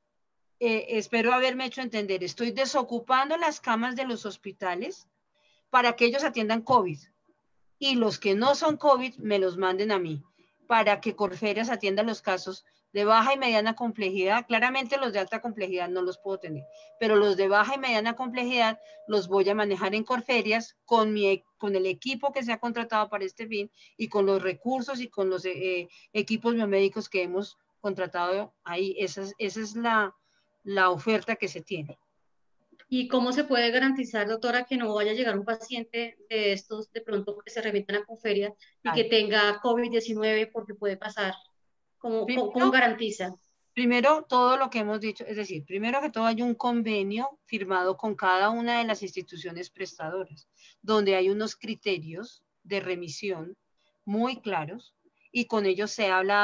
Eh, espero haberme hecho entender. Estoy desocupando las camas de los hospitales para que ellos atiendan COVID y los que no son COVID me los manden a mí para que Corferias atienda los casos de baja y mediana complejidad. Claramente los de alta complejidad no los puedo tener, pero los de baja y mediana complejidad los voy a manejar en Corferias con, mi, con el equipo que se ha contratado para este fin y con los recursos y con los eh, equipos biomédicos que hemos contratado ahí. Esa es, esa es la, la oferta que se tiene. ¿Y cómo se puede garantizar, doctora, que no vaya a llegar un paciente de estos de pronto que se remitan a Corferias y que tenga COVID diecinueve porque puede pasar? ¿Cómo, primero, ¿Cómo garantiza? Primero, todo lo que hemos dicho, es decir, primero que todo hay un convenio firmado con cada una de las instituciones prestadoras, donde hay unos criterios de remisión muy claros y con ellos se ha hablado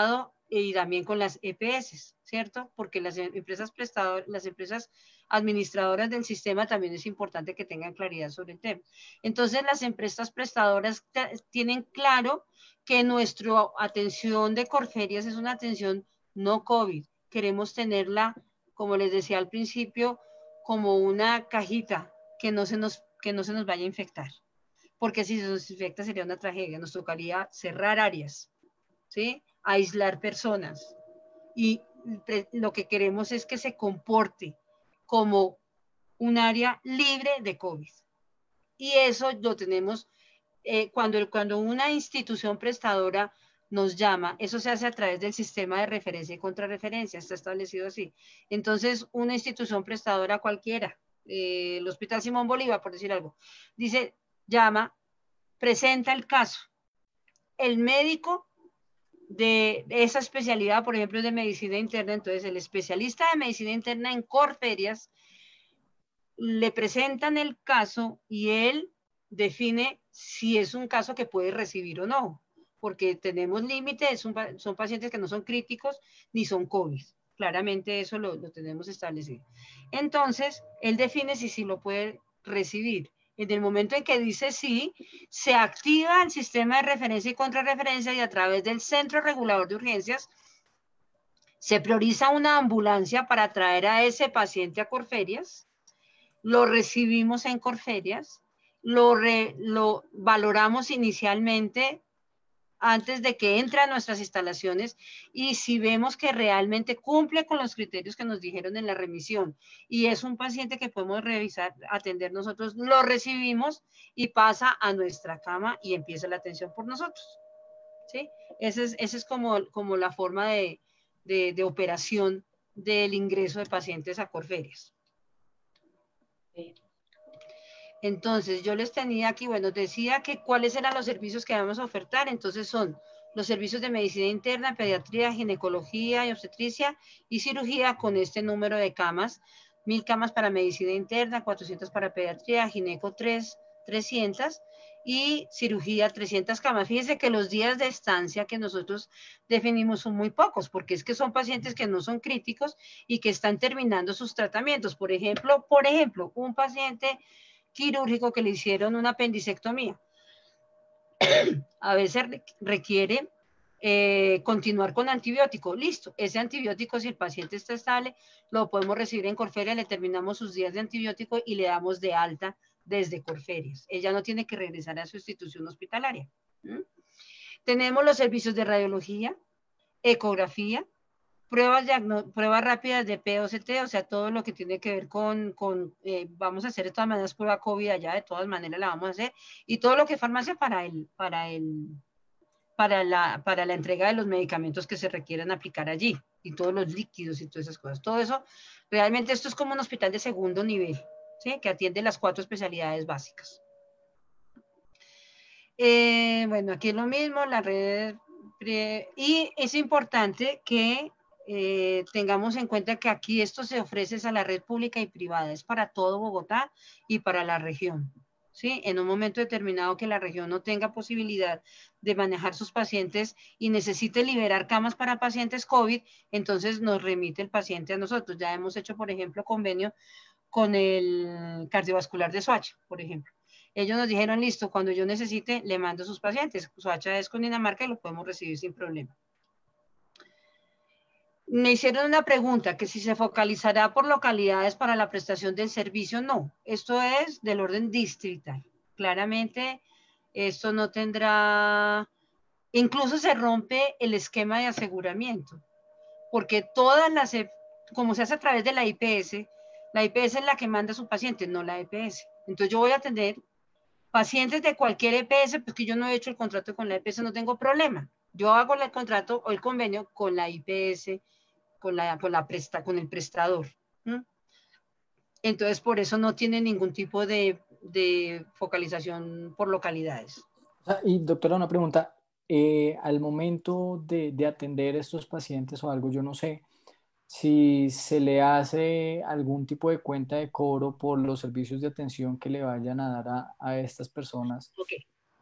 y también con las E P S, ¿cierto? Porque las empresas prestadoras, las empresas administradoras del sistema también es importante que tengan claridad sobre el tema. Entonces, las empresas prestadoras tienen claro que nuestra atención de Corferias es una atención no COVID. Queremos tenerla, como les decía al principio, como una cajita que no se nos, que no se nos vaya a infectar. Porque si se nos infecta sería una tragedia. Nos tocaría cerrar áreas, ¿sí? Aislar personas. Y lo que queremos es que se comporte como un área libre de COVID. Y eso lo tenemos eh, cuando, cuando una institución prestadora nos llama, eso se hace a través del sistema de referencia y contrarreferencia, está establecido así. Entonces, una institución prestadora cualquiera, eh, el Hospital Simón Bolívar, por decir algo, dice, llama, presenta el caso. El médico de esa especialidad, por ejemplo, de medicina interna, entonces el especialista de medicina interna en Corferias le presentan el caso y él define si es un caso que puede recibir o no, porque tenemos límites, son, son pacientes que no son críticos ni son COVID. Claramente eso lo, lo tenemos establecido. Entonces, él define si sí lo puede recibir. En el momento en que dice sí, se activa el sistema de referencia y contrarreferencia y a través del Centro Regulador de Urgencias se prioriza una ambulancia para traer a ese paciente a Corferias. Lo recibimos en Corferias, lo, re, lo valoramos inicialmente antes de que entre a nuestras instalaciones y si vemos que realmente cumple con los criterios que nos dijeron en la remisión y es un paciente que podemos revisar, atender nosotros, lo recibimos y pasa a nuestra cama y empieza la atención por nosotros. ¿Sí? Esa es, ese es como, como la forma de, de, de operación del ingreso de pacientes a Corferias. Entonces, yo les tenía aquí, bueno, decía que cuáles eran los servicios que vamos a ofertar. Entonces, son los servicios de medicina interna, pediatría, ginecología y obstetricia y cirugía con este número de camas. Mil camas para medicina interna, cuatrocientas para pediatría, gineco tres, trescientas y cirugía trescientas camas. Fíjense que los días de estancia que nosotros definimos son muy pocos, porque es que son pacientes que no son críticos y que están terminando sus tratamientos. Por ejemplo, por ejemplo, un paciente quirúrgico que le hicieron una apendicectomía. A veces requiere eh, continuar con antibiótico. Listo, ese antibiótico, si el paciente está estable, lo podemos recibir en Corferias, le terminamos sus días de antibiótico y le damos de alta desde Corferias. Ella no tiene que regresar a su institución hospitalaria. ¿Mm? Tenemos los servicios de radiología, ecografía, pruebas, pruebas rápidas de P O C T, o sea, todo lo que tiene que ver con, con eh, vamos a hacer de todas maneras prueba COVID allá, de todas maneras la vamos a hacer, y todo lo que es farmacia para el, para el, para la, para la entrega de los medicamentos que se requieran aplicar allí, y todos los líquidos y todas esas cosas. Todo eso, realmente esto es como un hospital de segundo nivel, ¿sí? Que atiende las cuatro especialidades básicas. Eh, bueno, aquí es lo mismo, la red, y es importante que Eh, tengamos en cuenta que aquí esto se ofrece a la red pública y privada, es para todo Bogotá y para la región, ¿sí? En un momento determinado que la región no tenga posibilidad de manejar sus pacientes y necesite liberar camas para pacientes COVID, entonces nos remite el paciente a nosotros. Ya hemos hecho, por ejemplo, convenio con el cardiovascular de Soacha, por ejemplo. Ellos nos dijeron, listo, cuando yo necesite, le mando sus pacientes. Soacha es con Dinamarca y lo podemos recibir sin problema. Me hicieron una pregunta, que si se focalizará por localidades para la prestación del servicio. No, esto es del orden distrital. Claramente, esto no tendrá, incluso se rompe el esquema de aseguramiento, porque todas las, como se hace a través de la I P S, la I P S es la que manda a su paciente, no la E P S. Entonces yo voy a atender pacientes de cualquier E P S, pues que yo no he hecho el contrato con la E P S, no tengo problema. Yo hago el contrato o el convenio con la I P S, con, la, con, la presta, con el prestador. ¿Mm? Entonces, por eso no tiene ningún tipo de, de focalización por localidades. Y doctora, una pregunta. Eh, al momento de, de atender a estos pacientes o algo, yo no sé si se le hace algún tipo de cuenta de cobro por los servicios de atención que le vayan a dar a, a estas personas. Okay.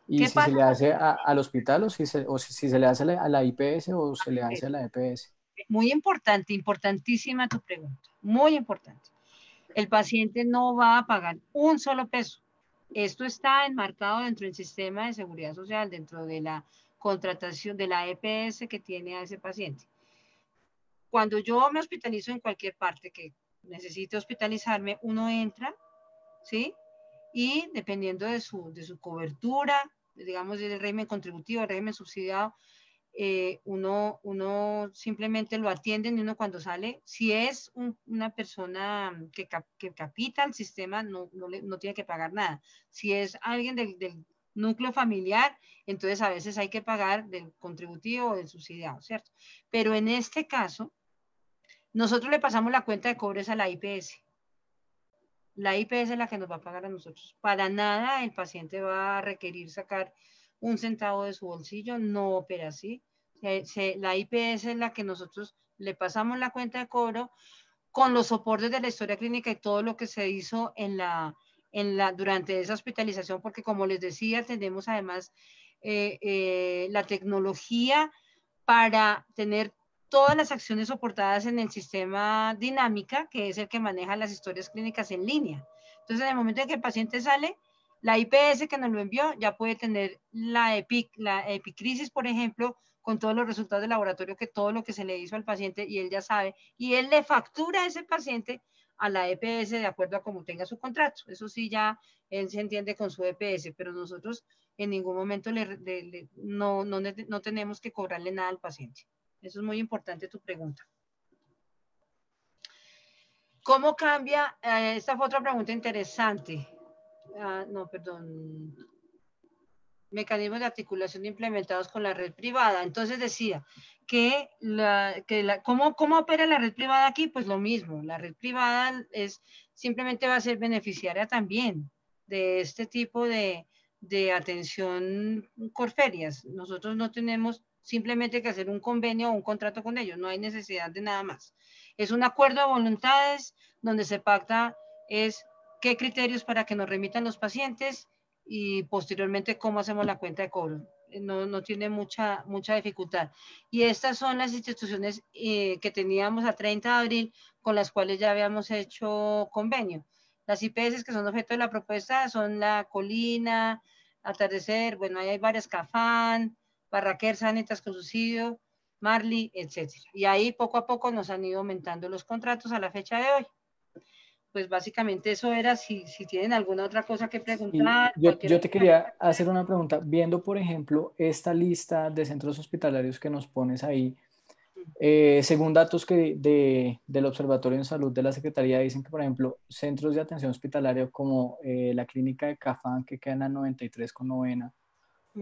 ¿Y ¿Qué si se pasa? le hace a- al hospital o si se, o si, si se le hace a la, a la I P S o se le hace a la E P S? Muy importante, importantísima tu pregunta, muy importante. El paciente no va a pagar un solo peso. Esto está enmarcado dentro del sistema de seguridad social, dentro de la contratación de la E P S que tiene a ese paciente. Cuando yo me hospitalizo en cualquier parte que necesite hospitalizarme, uno entra, ¿sí? Y dependiendo de su, de su cobertura, digamos, del régimen contributivo, del régimen subsidiado, eh, uno, uno simplemente lo atienden y uno cuando sale, si es un, una persona que, cap, que capita el sistema, no, no, le, no tiene que pagar nada. Si es alguien del, del núcleo familiar, entonces a veces hay que pagar del contributivo o del subsidiado, ¿cierto? Pero en este caso, nosotros le pasamos la cuenta de cobres a la I P S. La I P S es la que nos va a pagar a nosotros. Para nada el paciente va a requerir sacar un centavo de su bolsillo, no opera así. Se, se, la I P S es la que nosotros le pasamos la cuenta de cobro con los soportes de la historia clínica y todo lo que se hizo en la, en la, durante esa hospitalización, porque como les decía, tenemos además eh, eh, la tecnología para tener todas las acciones soportadas en el sistema dinámica, que es el que maneja las historias clínicas en línea. Entonces, en el momento en que el paciente sale, la I P S que nos lo envió ya puede tener la, EPIC, la epicrisis, por ejemplo, con todos los resultados de laboratorio, que todo lo que se le hizo al paciente y él ya sabe, y él le factura a ese paciente a la E P S de acuerdo a cómo tenga su contrato. Eso sí, ya él se entiende con su E P S, pero nosotros en ningún momento le, le, le, no, no, no tenemos que cobrarle nada al paciente. Eso es muy importante tu pregunta. ¿Cómo cambia? Eh, esta fue otra pregunta interesante. Ah, no, perdón. Mecanismos de articulación implementados con la red privada. Entonces decía que, la, que la, ¿cómo, ¿cómo opera la red privada aquí? Pues lo mismo. La red privada es, simplemente va a ser beneficiaria también de este tipo de, de atención Corferias. Nosotros no tenemos simplemente que hacer un convenio o un contrato con ellos, no hay necesidad de nada más. Es un acuerdo de voluntades donde se pacta es qué criterios para que nos remitan los pacientes y posteriormente cómo hacemos la cuenta de cobro. No, no tiene mucha, mucha dificultad. Y estas son las instituciones eh, que teníamos a treinta de abril con las cuales ya habíamos hecho convenio. Las I P S que son objeto de la propuesta son La Colina, Atardecer, bueno, ahí hay varias, Cafán, Barraquer, Sanitas con subsidio, Marley, etcétera. Y ahí poco a poco nos han ido aumentando los contratos a la fecha de hoy. Pues básicamente eso era, si, si tienen alguna otra cosa que preguntar. Y yo, yo te quería hacer una pregunta. Viendo, por ejemplo, esta lista de centros hospitalarios que nos pones ahí, eh, según datos que de, del Observatorio en Salud de la Secretaría, dicen que, por ejemplo, centros de atención hospitalaria como eh, la clínica de Cafán, que queda en la noventa y tres con novena, mm.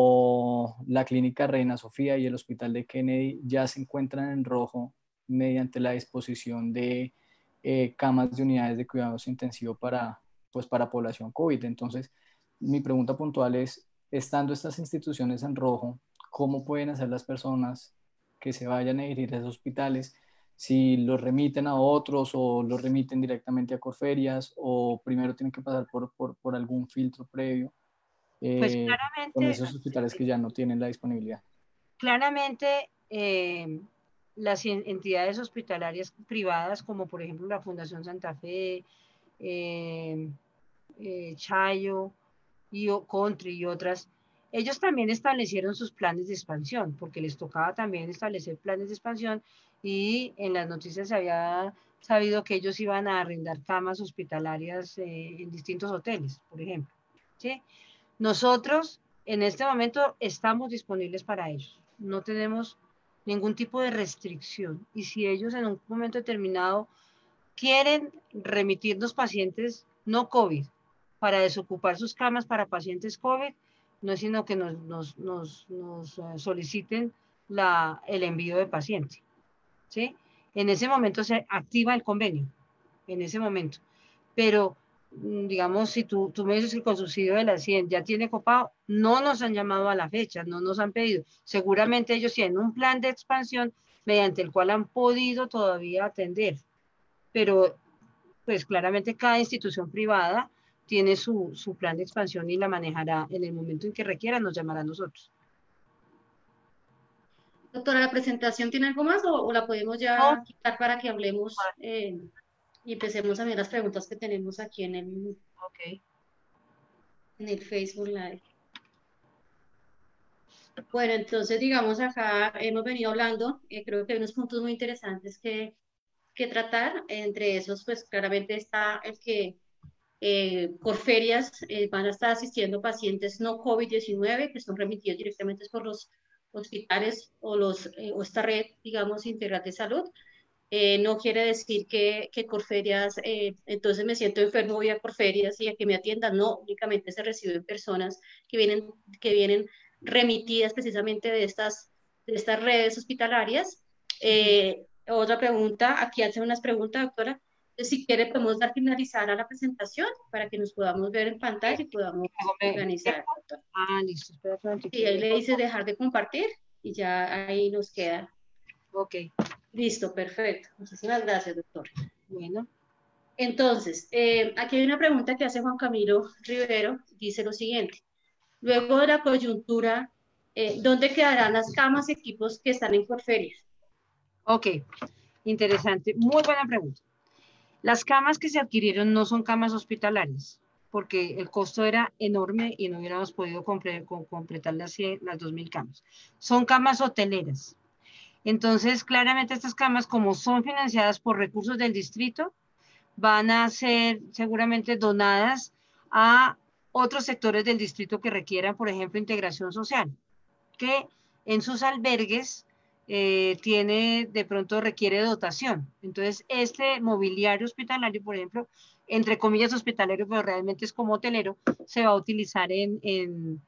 o la clínica Reina Sofía y el hospital de Kennedy ya se encuentran en rojo mediante la disposición de eh, camas de unidades de cuidados intensivos para, pues, para población COVID. Entonces, mi pregunta puntual es, estando estas instituciones en rojo, ¿cómo pueden hacer las personas que se vayan a dirigir a esos hospitales? Si los remiten a otros o los remiten directamente a Corferias o primero tienen que pasar por, por, por algún filtro previo eh, pues claramente, con esos hospitales que ya no tienen la disponibilidad. Claramente, eh, las entidades hospitalarias privadas, como por ejemplo la Fundación Santa Fe, eh, eh, Chayo, y Country y otras, ellos también establecieron sus planes de expansión, porque les tocaba también establecer planes de expansión y en las noticias se había sabido que ellos iban a arrendar camas hospitalarias eh, en distintos hoteles, por ejemplo. ¿Sí? Nosotros en este momento estamos disponibles para ellos, no tenemos ningún tipo de restricción y si ellos en un momento determinado quieren remitirnos pacientes no COVID para desocupar sus camas para pacientes COVID, no es sino que nos, nos, nos, nos soliciten la, el envío de paciente. ¿Sí? En ese momento se activa el convenio, en ese momento. Pero, digamos, si tú, tú me dices que con subsidio de la cien ya tiene copado, no nos han llamado a la fecha, no nos han pedido. Seguramente ellos tienen un plan de expansión mediante el cual han podido todavía atender. Pero, pues claramente cada institución privada tiene su, su plan de expansión y la manejará en el momento en que requiera, nos llamará a nosotros. Doctora, ¿la presentación tiene algo más o, o la podemos ya No. quitar para que hablemos eh, y empecemos a ver las preguntas que tenemos aquí en el, Okay. en el Facebook Live? Bueno, entonces digamos acá hemos venido hablando, eh, creo que hay unos puntos muy interesantes que, que tratar, entre esos pues claramente está el que eh, Corferias eh, van a estar asistiendo pacientes no COVID diecinueve que son remitidos directamente por los hospitales o, los, eh, o esta red, digamos, integral de salud. Eh, no quiere decir que, que Corferias, eh, entonces me siento enfermo, voy a Corferias y a que me atiendan. No, únicamente se reciben personas que vienen, que vienen remitidas precisamente de estas, de estas redes hospitalarias. Eh, otra pregunta, aquí hacen unas preguntas, doctora. Si quiere, podemos dar finalizar a la presentación para que nos podamos ver en pantalla y podamos organizar. Doctora. Ah, listo, espera un Sí, ahí le dice dejar de compartir y ya ahí nos queda. Ok. Listo, perfecto. Muchísimas gracias, doctor. Bueno. Entonces, eh, aquí hay una pregunta que hace Juan Camilo Rivero. Dice lo siguiente. Luego de la coyuntura, eh, ¿dónde quedarán las camas y equipos que están en Corferias? Ok, interesante. Muy buena pregunta. Las camas que se adquirieron no son camas hospitalarias, porque el costo era enorme y no hubiéramos podido compre completar las, las dos mil camas. Son camas hoteleras. Entonces, claramente estas camas, como son financiadas por recursos del distrito, van a ser seguramente donadas a otros sectores del distrito que requieran, por ejemplo, integración social, que en sus albergues eh, tiene, de pronto requiere dotación. Entonces, este mobiliario hospitalario, por ejemplo, entre comillas hospitalario, pero realmente es como hotelero, se va a utilizar en, en,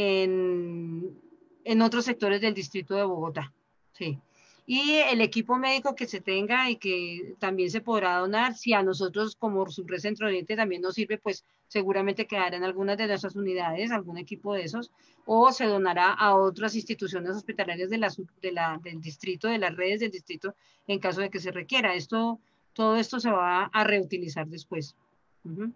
en, en otros sectores del distrito de Bogotá. Sí. Y el equipo médico que se tenga y que también se podrá donar, si a nosotros como Subred Centro Oriente también nos sirve, pues seguramente quedará en algunas de nuestras unidades, algún equipo de esos, o se donará a otras instituciones hospitalarias de la, de la, del distrito, de las redes del distrito, en caso de que se requiera. Esto, todo esto se va a reutilizar después. Uh-huh.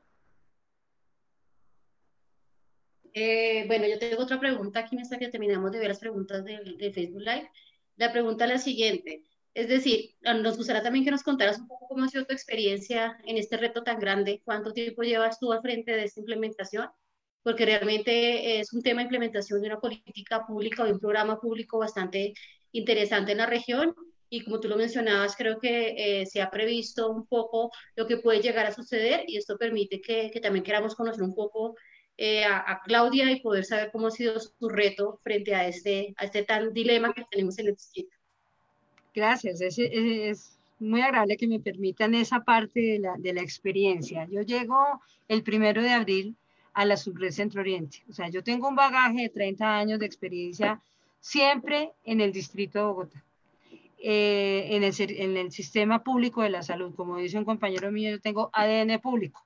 Eh, bueno, yo tengo otra pregunta aquí mientras que terminamos de ver las preguntas de, de Facebook Live. La pregunta es la siguiente, es decir, nos gustaría también que nos contaras un poco cómo ha sido tu experiencia en este reto tan grande, cuánto tiempo llevas tú al frente de esta implementación, porque realmente es un tema de implementación de una política pública o de un programa público bastante interesante en la región y como tú lo mencionabas, creo que eh, se ha previsto un poco lo que puede llegar a suceder y esto permite que, que también queramos conocer un poco Eh, a, a Claudia y poder saber cómo ha sido su reto frente a este, a este tan dilema que tenemos en el distrito. Gracias, es, es, es muy agradable que me permitan esa parte de la, de la experiencia. Yo llego el primero de abril a la Subred Centro Oriente, o sea, yo tengo un bagaje de treinta años de experiencia siempre en el distrito de Bogotá. Eh, en, el, en el sistema público de la salud, como dice un compañero mío, yo tengo A D N público.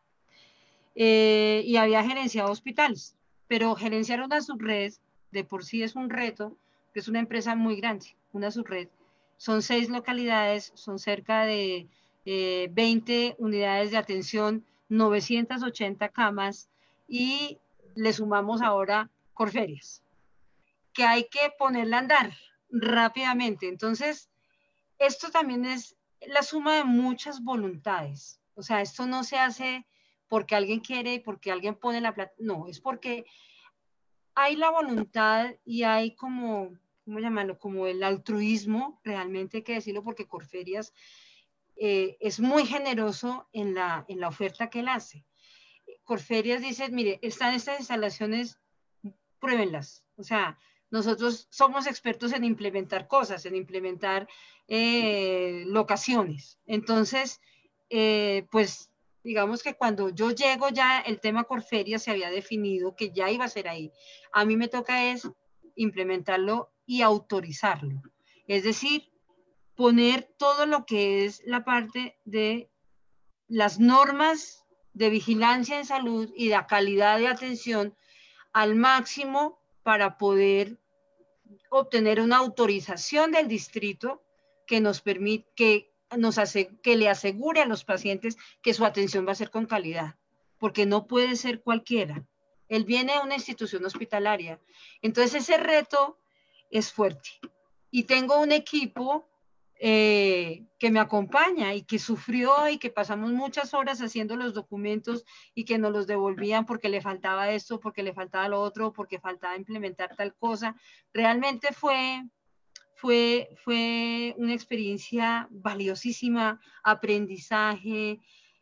Eh, y había gerenciado hospitales, pero gerenciar una subred de por sí es un reto, que es una empresa muy grande, una subred. Son seis localidades, son cerca de eh, veinte unidades de atención, novecientas ochenta camas y le sumamos ahora Corferias, que hay que ponerla a andar rápidamente. Entonces, esto también es la suma de muchas voluntades. O sea, esto no se hace porque alguien quiere y porque alguien pone la plata. No, es porque hay la voluntad y hay como, ¿cómo llamarlo? Como el altruismo, realmente hay que decirlo, porque Corferias eh, es muy generoso en la, en la oferta que él hace. Corferias dice, mire, están estas instalaciones, pruébenlas. O sea, nosotros somos expertos en implementar cosas, en implementar eh, locaciones. Entonces, eh, pues digamos que cuando yo llego ya el tema Corferias se había definido que ya iba a ser ahí. A mí me toca es implementarlo y autorizarlo. Es decir, poner todo lo que es la parte de las normas de vigilancia en salud y de calidad de atención al máximo para poder obtener una autorización del distrito que nos permite, que, nos hace, que le asegure a los pacientes que su atención va a ser con calidad. porque no puede ser cualquiera. Él viene a una institución hospitalaria. Entonces ese reto es fuerte. Y tengo un equipo eh, que me acompaña y que sufrió y que pasamos muchas horas haciendo los documentos y que nos los devolvían porque le faltaba esto, porque le faltaba lo otro, porque faltaba implementar tal cosa. Realmente fue, fue, fue una experiencia valiosísima, aprendizaje,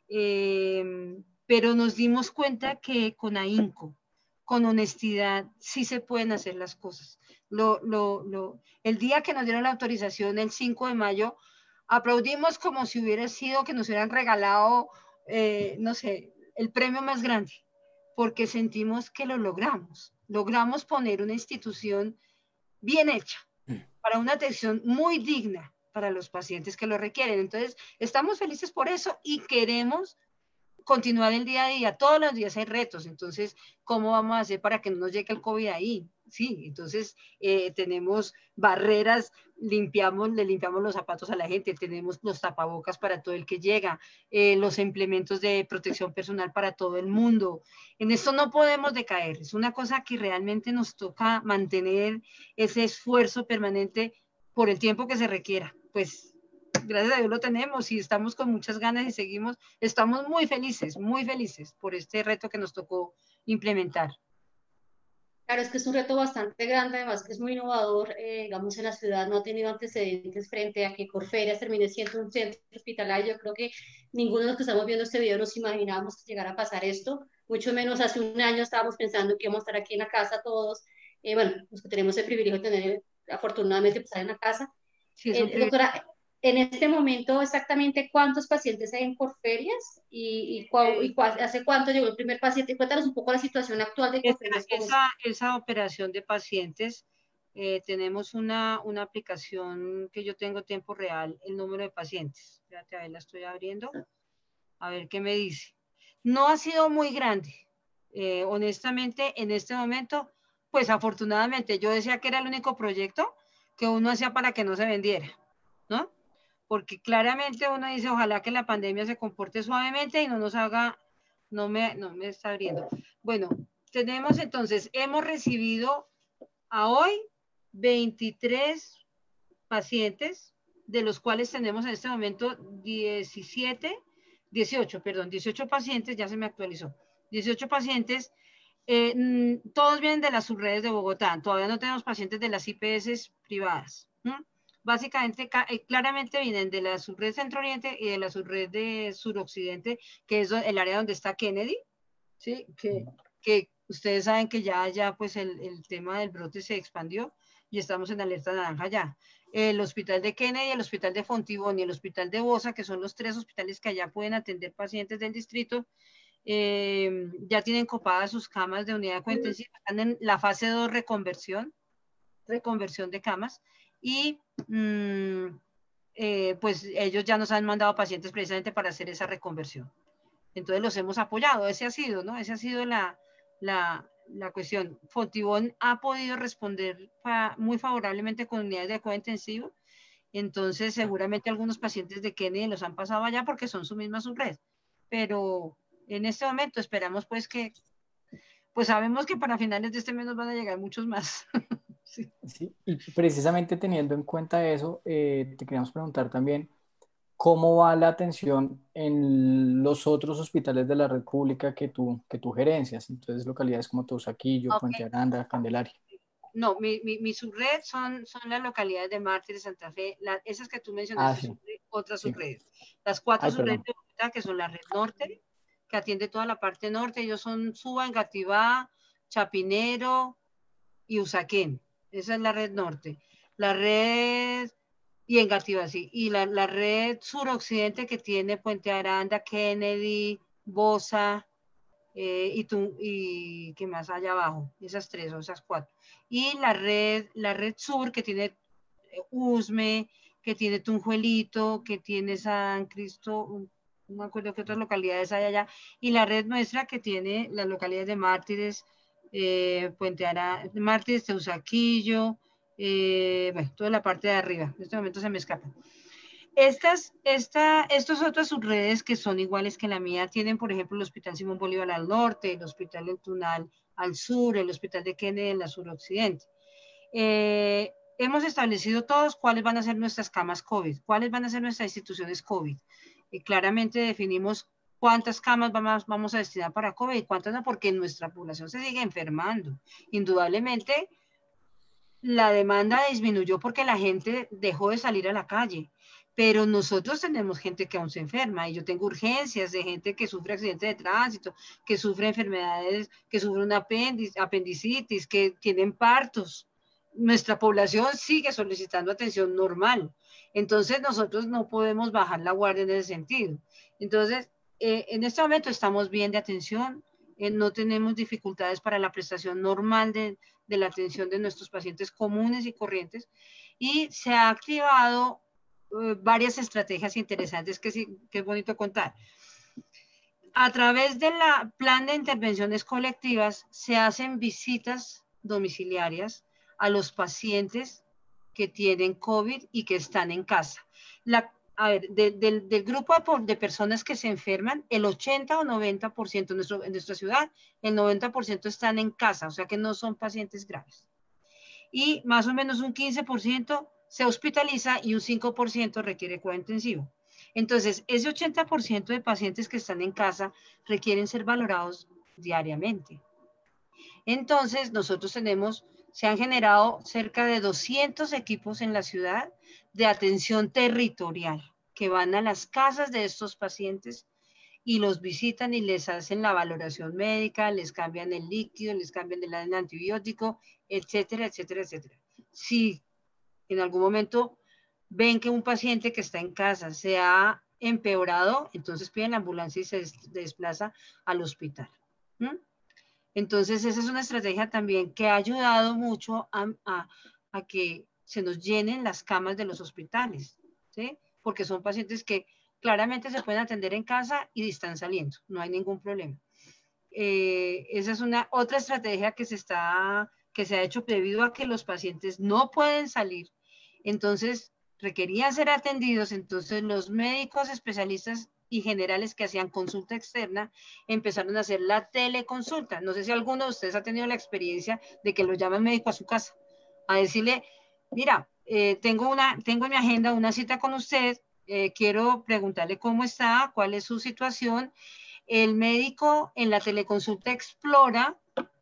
eh, pero nos dimos cuenta que con ahínco, con honestidad, sí se pueden hacer las cosas. Lo, lo, lo, el día que nos dieron la autorización, el cinco de mayo, aplaudimos como si hubiera sido que nos hubieran regalado, eh, no sé, el premio más grande, porque sentimos que lo logramos. Logramos poner una institución bien hecha, para una atención muy digna para los pacientes que lo requieren. Entonces, estamos felices por eso y queremos continuar el día a día. Todos los días hay retos. Entonces, ¿cómo vamos a hacer para que no nos llegue el COVID ahí? Sí, entonces eh, tenemos barreras, limpiamos, le limpiamos los zapatos a la gente, tenemos los tapabocas para todo el que llega, eh, los implementos de protección personal para todo el mundo. En esto no podemos decaer, es una cosa que realmente nos toca mantener ese esfuerzo permanente por el tiempo que se requiera. Pues gracias a Dios lo tenemos y estamos con muchas ganas y seguimos, estamos muy felices, muy felices por este reto que nos tocó implementar. Claro, es que es un reto bastante grande, además que es muy innovador, eh, digamos, en la ciudad no ha tenido antecedentes frente a que Corferias termine siendo un centro hospitalario. Yo creo que ninguno de los que estamos viendo este video nos imaginábamos que llegara a pasar esto, mucho menos hace un año estábamos pensando que íbamos a estar aquí en la casa todos, eh, bueno, los que tenemos el privilegio de tener, afortunadamente, pues, estar en la casa. Sí, es un Eh, doctora, en este momento, exactamente cuántos pacientes hay en Corferias y, y, cua, y cua, hace cuánto llegó el primer paciente. Cuéntanos un poco la situación actual de Corferias. Esa, esa, esa operación de pacientes, eh, tenemos una, una aplicación que yo tengo tiempo real, el número de pacientes. Espérate, a ver, la estoy abriendo. A ver qué me dice. No ha sido muy grande. Eh, honestamente, en este momento, pues afortunadamente, yo decía que era el único proyecto que uno hacía para que no se vendiera, ¿no? Porque claramente uno dice, ojalá que la pandemia se comporte suavemente y no nos haga, no me, no me está abriendo. Bueno, tenemos entonces, hemos recibido a hoy veintitrés pacientes, de los cuales tenemos en este momento diecisiete, dieciocho, perdón, dieciocho pacientes, ya se me actualizó, dieciocho pacientes, eh, todos vienen de las subredes de Bogotá, todavía no tenemos pacientes de las I P S privadas. ¿Mm? Básicamente, claramente vienen de la subred Centro-Oriente y de la subred de Suroccidente, que es el área donde está Kennedy, ¿sí? Que, que ustedes saben que ya, ya pues el, el tema del brote se expandió y estamos en alerta naranja ya. El hospital de Kennedy, el hospital de Fontibón y el hospital de Bosa, que son los tres hospitales que allá pueden atender pacientes del distrito, eh, ya tienen copadas sus camas de unidad de cuidado intensivo, están en la fase dos reconversión, reconversión de camas, y mmm, eh, pues ellos ya nos han mandado pacientes precisamente para hacer esa reconversión. Entonces los hemos apoyado, ese ha sido, ¿no? Esa ha sido la, la, la cuestión. Fontibón ha podido responder fa, muy favorablemente con unidades de cuidado intensivo, entonces seguramente algunos pacientes de Kennedy los han pasado allá porque son su misma subred, pero en este momento esperamos pues que, pues sabemos que para finales de este mes nos van a llegar muchos más. Sí. Sí, y precisamente teniendo en cuenta eso, eh, te queríamos preguntar también, ¿cómo va la atención en los otros hospitales de la red pública que tú, que tú gerencias? Entonces, localidades como Teusaquillo, Okay. Puente Aranda, Candelaria. No, mi, mi, mi subred son, son las localidades de Mártires, Santa Fe, la, esas que tú mencionaste, Ah, sí. subred, otras Sí. subredes. Las cuatro Ay, subredes perdón. de Bogotá, que son la red norte, que atiende toda la parte norte, ellos son Suba, Engativá, Chapinero y Usaquén. Esa es la red norte. La red, y Engativá, sí. Y la, la red suroccidente que tiene Puente Aranda, Kennedy, Bosa, eh, y, tú, y qué más allá abajo, esas tres o esas cuatro. Y la red, la red sur que tiene Usme, que tiene Tunjuelito, que tiene San Cristo, no me acuerdo qué otras localidades hay allá, y la red nuestra que tiene las localidades de Mártires, eh, Puente Aranda, Mártires, Teusaquillo, eh, bueno, toda la parte de arriba, en este momento se me escapa. Estas, esta, estos otras subredes que son iguales que la mía tienen, por ejemplo, el Hospital Simón Bolívar al norte, el Hospital El Tunal al sur, el Hospital de Kennedy en la suroccidente. Eh, hemos establecido todos cuáles van a ser nuestras camas COVID, cuáles van a ser nuestras instituciones COVID. Y claramente definimos cuántas camas vamos, vamos a destinar para COVID y cuántas no, porque nuestra población se sigue enfermando. Indudablemente, la demanda disminuyó porque la gente dejó de salir a la calle, pero nosotros tenemos gente que aún se enferma y yo tengo urgencias de gente que sufre accidentes de tránsito, que sufre enfermedades, que sufre una apendicitis, que tienen partos. Nuestra población sigue solicitando atención normal. Entonces nosotros no podemos bajar la guardia en ese sentido. Entonces, eh, en este momento estamos bien de atención, eh, no tenemos dificultades para la prestación normal de, de la atención de nuestros pacientes comunes y corrientes, y se ha activado uh, varias estrategias interesantes que, sí, que es bonito contar. A través del plan de intervenciones colectivas se hacen visitas domiciliarias a los pacientes que tienen COVID y que están en casa. La, a ver, de, de, del grupo de, de personas que se enferman, el ochenta o noventa por ciento en, nuestro, en nuestra ciudad, el noventa por ciento están en casa, o sea que no son pacientes graves. Y más o menos un quince por ciento se hospitaliza y un cinco por ciento requiere cuidado intensivo. Entonces, ese ochenta por ciento de pacientes que están en casa requieren ser valorados diariamente. Entonces, nosotros tenemos, se han generado cerca de doscientos equipos en la ciudad de atención territorial que van a las casas de estos pacientes y los visitan y les hacen la valoración médica, les cambian el líquido, les cambian el antibiótico, etcétera, etcétera, etcétera. Si en algún momento ven que un paciente que está en casa se ha empeorado, entonces piden la ambulancia y se desplaza al hospital. ¿Mm? Entonces esa es una estrategia también que ha ayudado mucho a, a, a que se nos llenen las camas de los hospitales, ¿sí? Porque son pacientes que claramente se pueden atender en casa y están saliendo, no hay ningún problema. Eh, esa es una otra estrategia que se, está, que se ha hecho debido a que los pacientes no pueden salir, entonces requerían ser atendidos, entonces los médicos especialistas y generales que hacían consulta externa empezaron a hacer la teleconsulta. No sé si alguno de ustedes ha tenido la experiencia de que lo llama el médico a su casa a decirle, mira, eh, tengo, una, tengo en mi agenda una cita con usted, eh, quiero preguntarle cómo está, cuál es su situación. El médico en la teleconsulta explora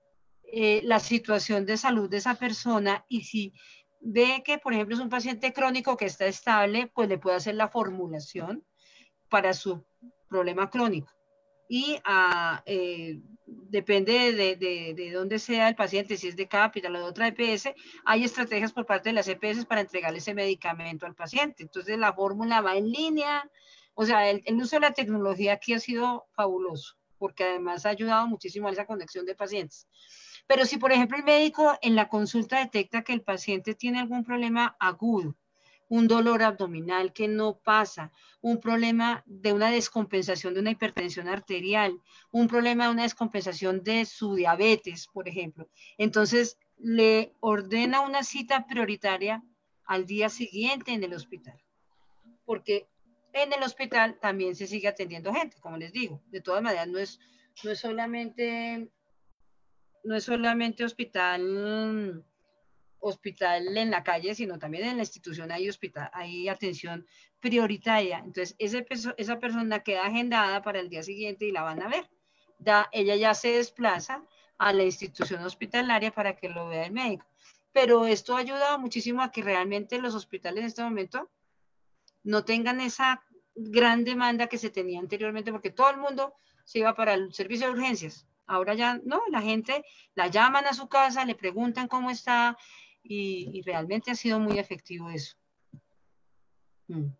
eh, la situación de salud de esa persona y si ve que, por ejemplo, es un paciente crónico que está estable, pues le puede hacer la formulación para su problema crónico. Y uh, eh, depende de, de, de dónde sea el paciente, si es de Capital o de otra E P S, hay estrategias por parte de las E P S para entregarle ese medicamento al paciente. Entonces la fórmula va en línea, o sea, el, el uso de la tecnología aquí ha sido fabuloso, porque además ha ayudado muchísimo a esa conexión de pacientes. Pero si, por ejemplo, el médico en la consulta detecta que el paciente tiene algún problema agudo, un dolor abdominal que no pasa, un problema de una descompensación de una hipertensión arterial, un problema de una descompensación de su diabetes, por ejemplo, entonces le ordena una cita prioritaria al día siguiente en el hospital, porque en el hospital también se sigue atendiendo gente, como les digo. De todas maneras, no es, no es solamente... no es solamente hospital, hospital en la calle, sino también en la institución hay, hospital, hay atención prioritaria. Entonces, ese, esa persona queda agendada para el día siguiente y la van a ver. Da, ella ya se desplaza a la institución hospitalaria para que lo vea el médico. Pero esto ha ayudado muchísimo a que realmente los hospitales en este momento no tengan esa gran demanda que se tenía anteriormente, porque todo el mundo se iba para el servicio de urgencias. Ahora ya no, la gente la llaman a su casa, le preguntan cómo está y, y realmente ha sido muy efectivo eso. Mm.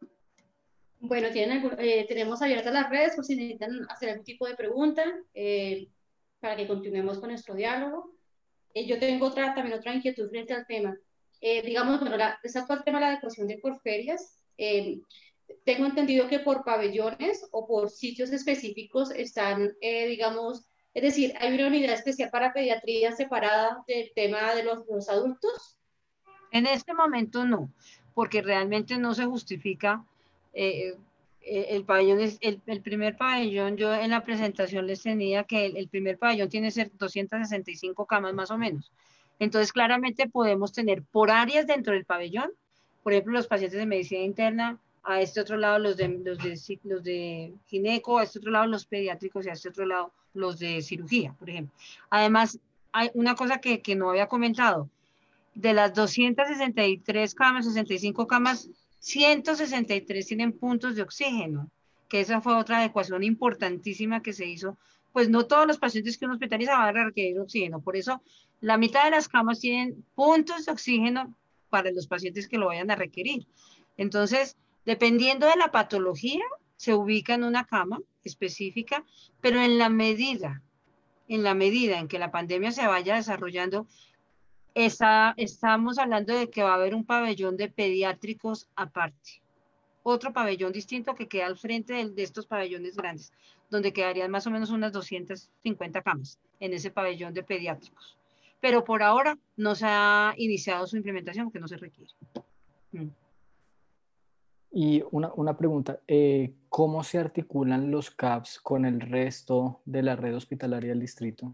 Bueno, tienen, eh, tenemos abiertas las redes por si necesitan hacer algún tipo de pregunta eh, para que continuemos con nuestro diálogo. Eh, yo tengo otra, también otra inquietud frente al tema. Eh, digamos, bueno, la, exacto el tema de la adecuación de por ferias. Eh, tengo entendido que por pabellones o por sitios específicos están, eh, digamos, es decir, hay una unidad especial para pediatría separada del tema de los, los adultos. En este momento no. porque realmente no se justifica. Eh, el pabellón es, el, el primer pabellón, yo en la presentación les tenía que el, el primer pabellón tiene que ser doscientas sesenta y cinco camas más o menos. Entonces, claramente podemos tener por áreas dentro del pabellón, por ejemplo, los pacientes de medicina interna, a este otro lado los de, los de, los de gineco, a este otro lado los pediátricos y a este otro lado los de cirugía, por ejemplo. Además, hay una cosa que, que no había comentado. De las doscientas sesenta y tres camas, sesenta y cinco camas, ciento sesenta y tres tienen puntos de oxígeno, que esa fue otra adecuación importantísima que se hizo. Pues no todos los pacientes que uno hospitaliza van a requerir oxígeno, por eso la mitad de las camas tienen puntos de oxígeno para los pacientes que lo vayan a requerir. Entonces, dependiendo de la patología, se ubica en una cama específica, pero en la medida, en la medida en que la pandemia se vaya desarrollando, Está, estamos hablando de que va a haber un pabellón de pediátricos aparte. Otro pabellón distinto que queda al frente de, de estos pabellones grandes, donde quedarían más o menos unas doscientas cincuenta camas en ese pabellón de pediátricos. Pero por ahora no se ha iniciado su implementación porque no se requiere. Mm. Y una, una pregunta, eh, ¿cómo se articulan los C A Ps con el resto de la red hospitalaria del distrito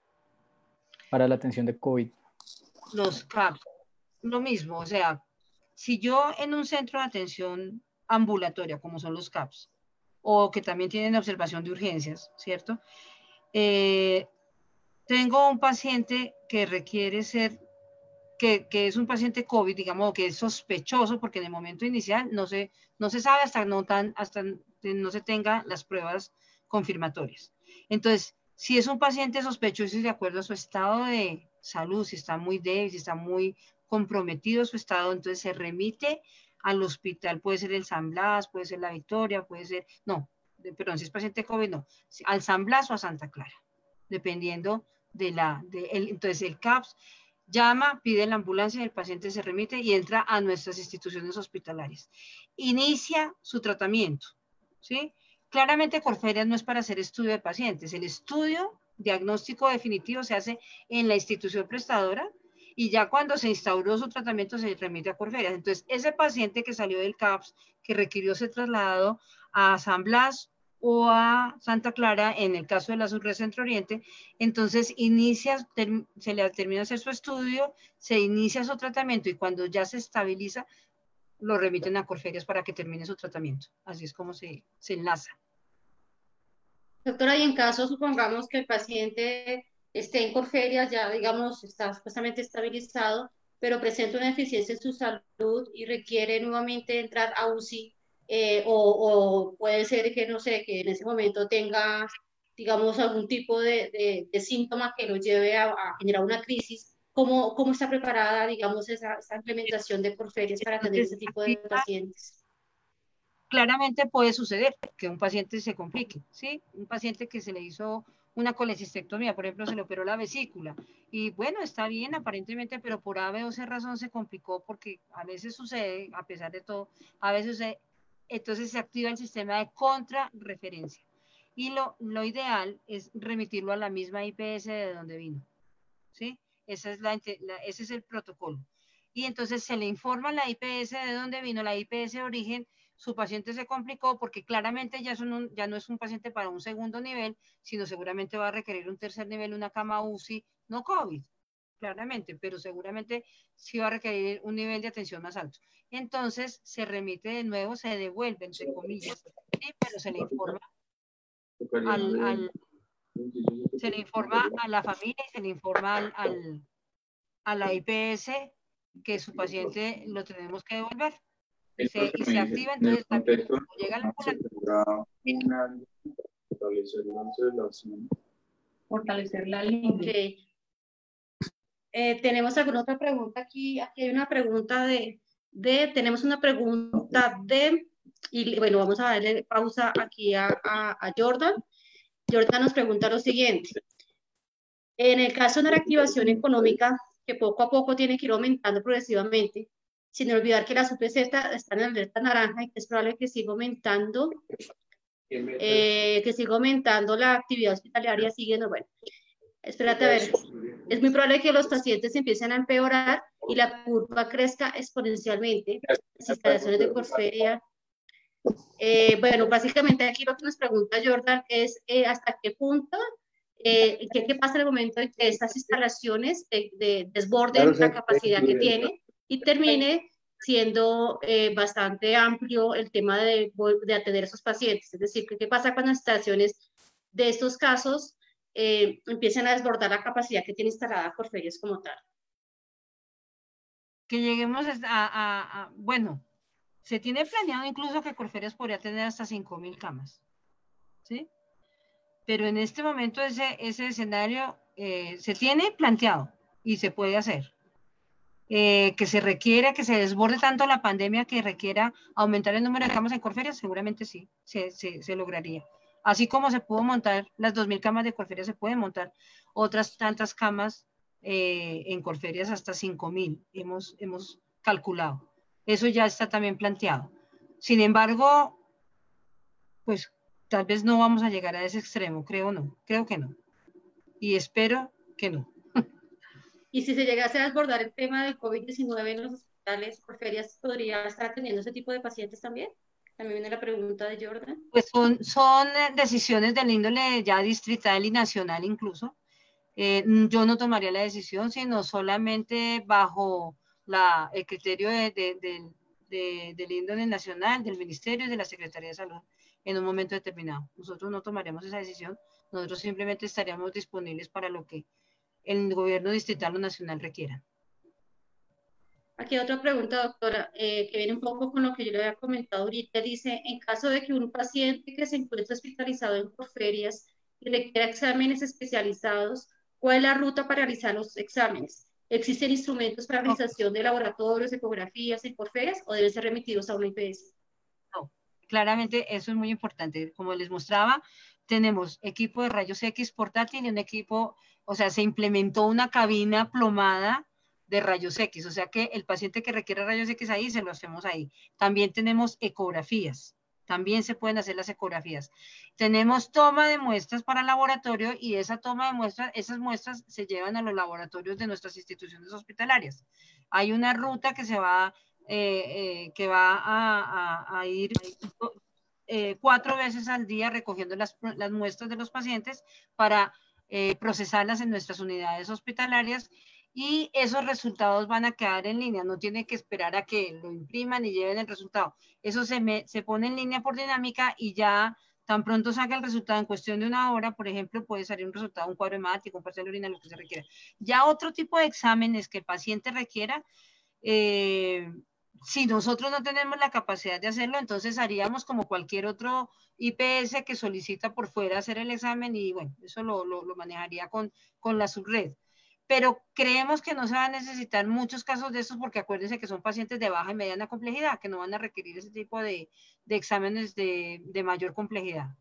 para la atención de COVID? Los C A Ps, lo mismo, o sea, si yo en un centro de atención ambulatoria, como son los C A Ps, o que también tienen observación de urgencias, ¿cierto? Eh, tengo un paciente que requiere ser, que, que es un paciente COVID, digamos, que es sospechoso, porque en el momento inicial no se, no se sabe hasta no, tan, hasta no se tenga las pruebas confirmatorias. Entonces, si es un paciente sospechoso y de acuerdo a su estado de salud, si está muy débil, si está muy comprometido su estado, entonces se remite al hospital, puede ser el San Blas, puede ser la Victoria, puede ser, no, perdón, si es paciente COVID, no, al San Blas o a Santa Clara, dependiendo de la, de el, entonces el C A P S llama, pide la ambulancia, el paciente se remite y entra a nuestras instituciones hospitalarias. Inicia su tratamiento, ¿sí? Claramente Corferias no es para hacer estudio de pacientes, el estudio diagnóstico definitivo se hace en la institución prestadora y ya cuando se instauró su tratamiento se remite a Corferias. Entonces, ese paciente que salió del C A P S, que requirió ser trasladado a San Blas o a Santa Clara, en el caso de la Subred Centro Oriente, entonces inicia, ter, se le termina de hacer su estudio, se inicia su tratamiento y cuando ya se estabiliza, lo remiten a Corferias para que termine su tratamiento. Así es como se, se enlaza. Doctora, y en caso, supongamos que el paciente esté en Corferias, ya digamos, está supuestamente estabilizado, pero presenta una deficiencia en su salud y requiere nuevamente entrar a U C I, eh, o, o puede ser que, no sé, que en ese momento tenga, digamos, algún tipo de, de, de síntoma que lo lleve a, a generar una crisis. ¿Cómo, cómo está preparada, digamos, esa, esa implementación de Corferias para atender ese tipo de pacientes? Claramente puede suceder que un paciente se complique, ¿sí? Un paciente que se le hizo una colecistectomía, por ejemplo, se le operó la vesícula y bueno, está bien aparentemente, pero por A, B o C razón se complicó porque a veces sucede, a pesar de todo, a veces sucede, entonces se activa el sistema de contrarreferencia y lo, lo ideal es remitirlo a la misma I P S de donde vino, ¿sí? Esa es la, la, ese es el protocolo. Y entonces se le informa a la I P S de donde vino, la I P S de origen, su paciente se complicó porque claramente ya, son un, ya no es un paciente para un segundo nivel, sino seguramente va a requerir un tercer nivel, una cama U C I, no COVID, claramente, pero seguramente sí va a requerir un nivel de atención más alto. Entonces se remite de nuevo, se devuelve, entre comillas, ¿sí? Pero se le informa al, al, se le informa a la familia y se le informa al, al, a la I P S que su paciente lo tenemos que devolver. Se, y se activa, entonces también llega la ambulancia. Fortalecer la línea. Okay. Eh, ¿Tenemos alguna otra pregunta aquí? Aquí hay una pregunta de, de tenemos una pregunta de, y bueno, vamos a darle pausa aquí a, a, a Jordan. Jordan nos pregunta lo siguiente. En el caso de la reactivación económica, que poco a poco tiene que ir aumentando progresivamente, sin olvidar que las U P C está, están en alerta naranja y que es probable que siga aumentando, eh, que siga aumentando la actividad hospitalaria, siguiendo, bueno, espérate a ver, es muy probable que los pacientes empiecen a empeorar y la curva crezca exponencialmente. Las instalaciones de Corferia. Eh, bueno, básicamente aquí lo que nos pregunta Jordan es eh, hasta qué punto, eh, qué, qué pasa en el momento en que estas instalaciones de, de desborden la capacidad que tiene y termine siendo eh, bastante amplio el tema de, de atender a esos pacientes. Es decir, ¿qué pasa cuando las instalaciones de estos casos eh, empiezan a desbordar la capacidad que tiene instalada Corferias como tal? Que lleguemos a, a, a bueno, se tiene planeado incluso que Corferias podría tener hasta cinco mil camas, ¿sí? Pero en este momento ese, ese escenario eh, se tiene planteado y se puede hacer. Eh, que se requiera, que se desborde tanto la pandemia que requiera aumentar el número de camas en Corferias, seguramente sí, se, se, se lograría. Así como se pudo montar las dos mil camas de Corferias, se pueden montar otras tantas camas eh, en Corferias, hasta cinco mil, hemos, hemos calculado. Eso ya está también planteado. Sin embargo, pues tal vez no vamos a llegar a ese extremo, creo no, creo que no. Y espero que no. Y si se llegase a desbordar el tema del COVID diecinueve en los hospitales, Corferias podría estar atendiendo ese tipo de pacientes también. También viene la pregunta de Jordan. Pues son, son decisiones del índole ya distrital y nacional incluso. Eh, yo no tomaría la decisión, sino solamente bajo la, el criterio de, de, de, de, del índole nacional, del Ministerio y de la Secretaría de Salud en un momento determinado. Nosotros no tomaríamos esa decisión, nosotros simplemente estaríamos disponibles para lo que el gobierno distrital o nacional requiera. Aquí otra pregunta, doctora, eh, que viene un poco con lo que yo le había comentado ahorita. Dice, en caso de que un paciente que se encuentre hospitalizado en Corferias y requiera exámenes especializados, ¿cuál es la ruta para realizar los exámenes? ¿Existen instrumentos para realización de laboratorios, ecografías en Corferias o deben ser remitidos a una I P S? No, claramente eso es muy importante. Como les mostraba, tenemos equipo de rayos X portátil y un equipo, o sea, se implementó una cabina plomada de rayos X, o sea que el paciente que requiere rayos X ahí, se lo hacemos ahí. También tenemos ecografías, también se pueden hacer las ecografías. Tenemos toma de muestras para laboratorio y esa toma de muestras, esas muestras se llevan a los laboratorios de nuestras instituciones hospitalarias. Hay una ruta que se va, eh, eh, que va a, a, a ir eh, cuatro veces al día recogiendo las, las muestras de los pacientes para eh, procesarlas en nuestras unidades hospitalarias. Y esos resultados van a quedar en línea, no tiene que esperar a que lo impriman y lleven el resultado. Eso se, me, se pone en línea por dinámica y ya tan pronto salga el resultado en cuestión de una hora, por ejemplo, puede salir un resultado, un cuadro hemático, un parcial de orina, lo que se requiera. Ya otro tipo de exámenes que el paciente requiera, eh, si nosotros no tenemos la capacidad de hacerlo, entonces haríamos como cualquier otro I P S que solicita por fuera hacer el examen y bueno, eso lo, lo, lo manejaría con, con la subred. Pero creemos que no se va a necesitar muchos casos de estos porque acuérdense que son pacientes de baja y mediana complejidad, que no van a requerir ese tipo de, de exámenes de, de mayor complejidad.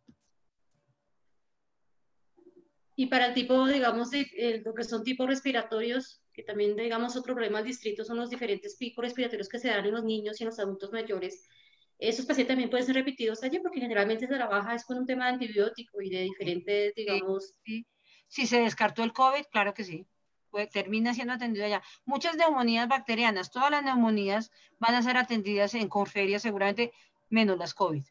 Y para el tipo, digamos, de eh, lo que son tipos respiratorios, que también, digamos, otro problema distinto son los diferentes picos respiratorios que se dan en los niños y en los adultos mayores. Esos pacientes también pueden ser repetidos allí porque generalmente se trabaja es con un tema de antibiótico y de diferentes, digamos... Sí, sí. Si se descartó el COVID, claro que sí. Pues termina siendo atendido allá. Muchas neumonías bacterianas, todas las neumonías van a ser atendidas en Corferia seguramente, menos las COVID.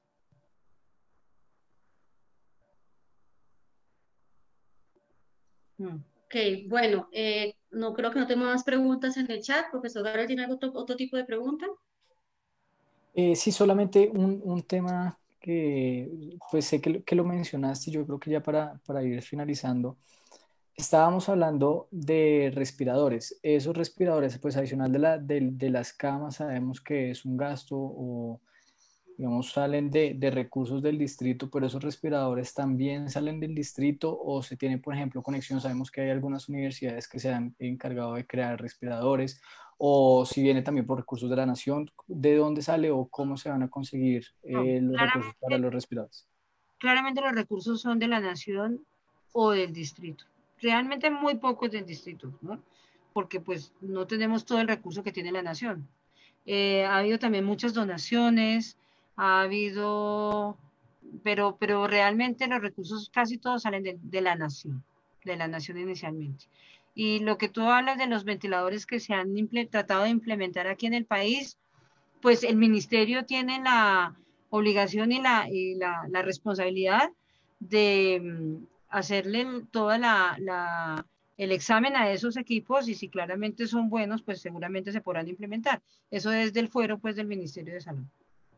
Mm. Ok, bueno, eh, no creo que no tengo más preguntas en el chat. Profesor Gabriel, ¿tiene otro, otro tipo de pregunta? Eh, sí, solamente un, un tema que pues sé que, lo- que lo mencionaste, yo creo que ya para, para ir finalizando. Estábamos hablando de respiradores. Esos respiradores, pues adicional de, la, de, de las camas, sabemos que es un gasto o, digamos, salen de, de recursos del distrito, pero esos respiradores también salen del distrito o se tiene, por ejemplo, conexión. Sabemos que hay algunas universidades que se han encargado de crear respiradores o si viene también por recursos de la nación, ¿de dónde sale o cómo se van a conseguir No, eh, los recursos para claramente, los respiradores? claramente los recursos son de la nación o del distrito. Realmente muy pocos del distrito, ¿no? Porque pues no tenemos todo el recurso que tiene la nación. Eh, ha habido también muchas donaciones, ha habido, pero, pero realmente los recursos casi todos salen de, de la nación, de la nación inicialmente. Y lo que tú hablas de los ventiladores que se han tratado de implementar aquí en el país, pues el ministerio tiene la obligación y la, y la, la responsabilidad de um, hacerle toda la, la, el examen a esos equipos, y si claramente son buenos, pues seguramente se podrán implementar. Eso es del fuero, pues, del Ministerio de Salud.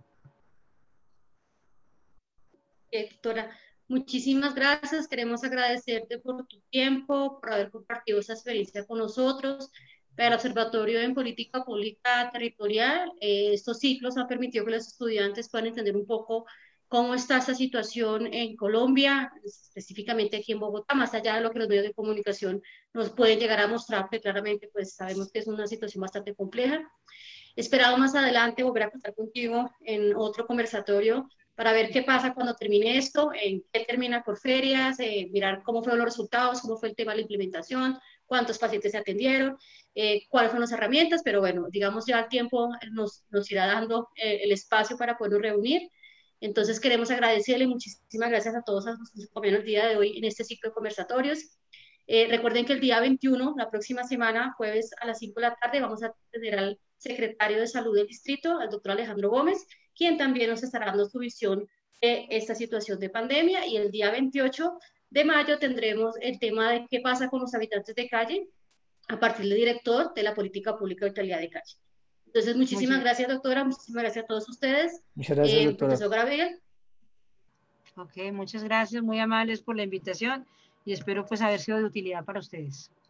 Eh, doctora, muchísimas gracias. Queremos agradecerte por tu tiempo, por haber compartido esa experiencia con nosotros. Para el Observatorio en Política Pública Territorial, eh, estos ciclos han permitido que los estudiantes puedan entender un poco cómo está esta situación en Colombia, específicamente aquí en Bogotá, más allá de lo que los medios de comunicación nos pueden llegar a mostrar, que claramente pues sabemos que es una situación bastante compleja. Esperado más adelante volver a contar contigo en otro conversatorio para ver qué pasa cuando termine esto, en qué termina por ferias, eh, mirar cómo fueron los resultados, cómo fue el tema de la implementación, cuántos pacientes se atendieron, eh, cuáles fueron las herramientas, pero bueno, digamos ya el tiempo nos, nos irá dando eh, el espacio para podernos reunir. Entonces queremos agradecerle muchísimas gracias a todos los compañeros el día de hoy en este ciclo de conversatorios. Eh, recuerden que el día veintiuno, la próxima semana, jueves a las cinco de la tarde, vamos a tener al secretario de Salud del Distrito, al doctor Alejandro Gómez, quien también nos estará dando su visión de esta situación de pandemia. Y el día veintiocho de mayo tendremos el tema de qué pasa con los habitantes de calle a partir del director de la Política Pública de Vitalidad de Calle. Entonces, muchísimas Muchas, gracias, doctora. Muchísimas gracias a todos ustedes. Muchas gracias, Eh, doctora. profesor Gabriel. ok, muchas gracias, muy amables por la invitación, y espero pues haber sido de utilidad para ustedes.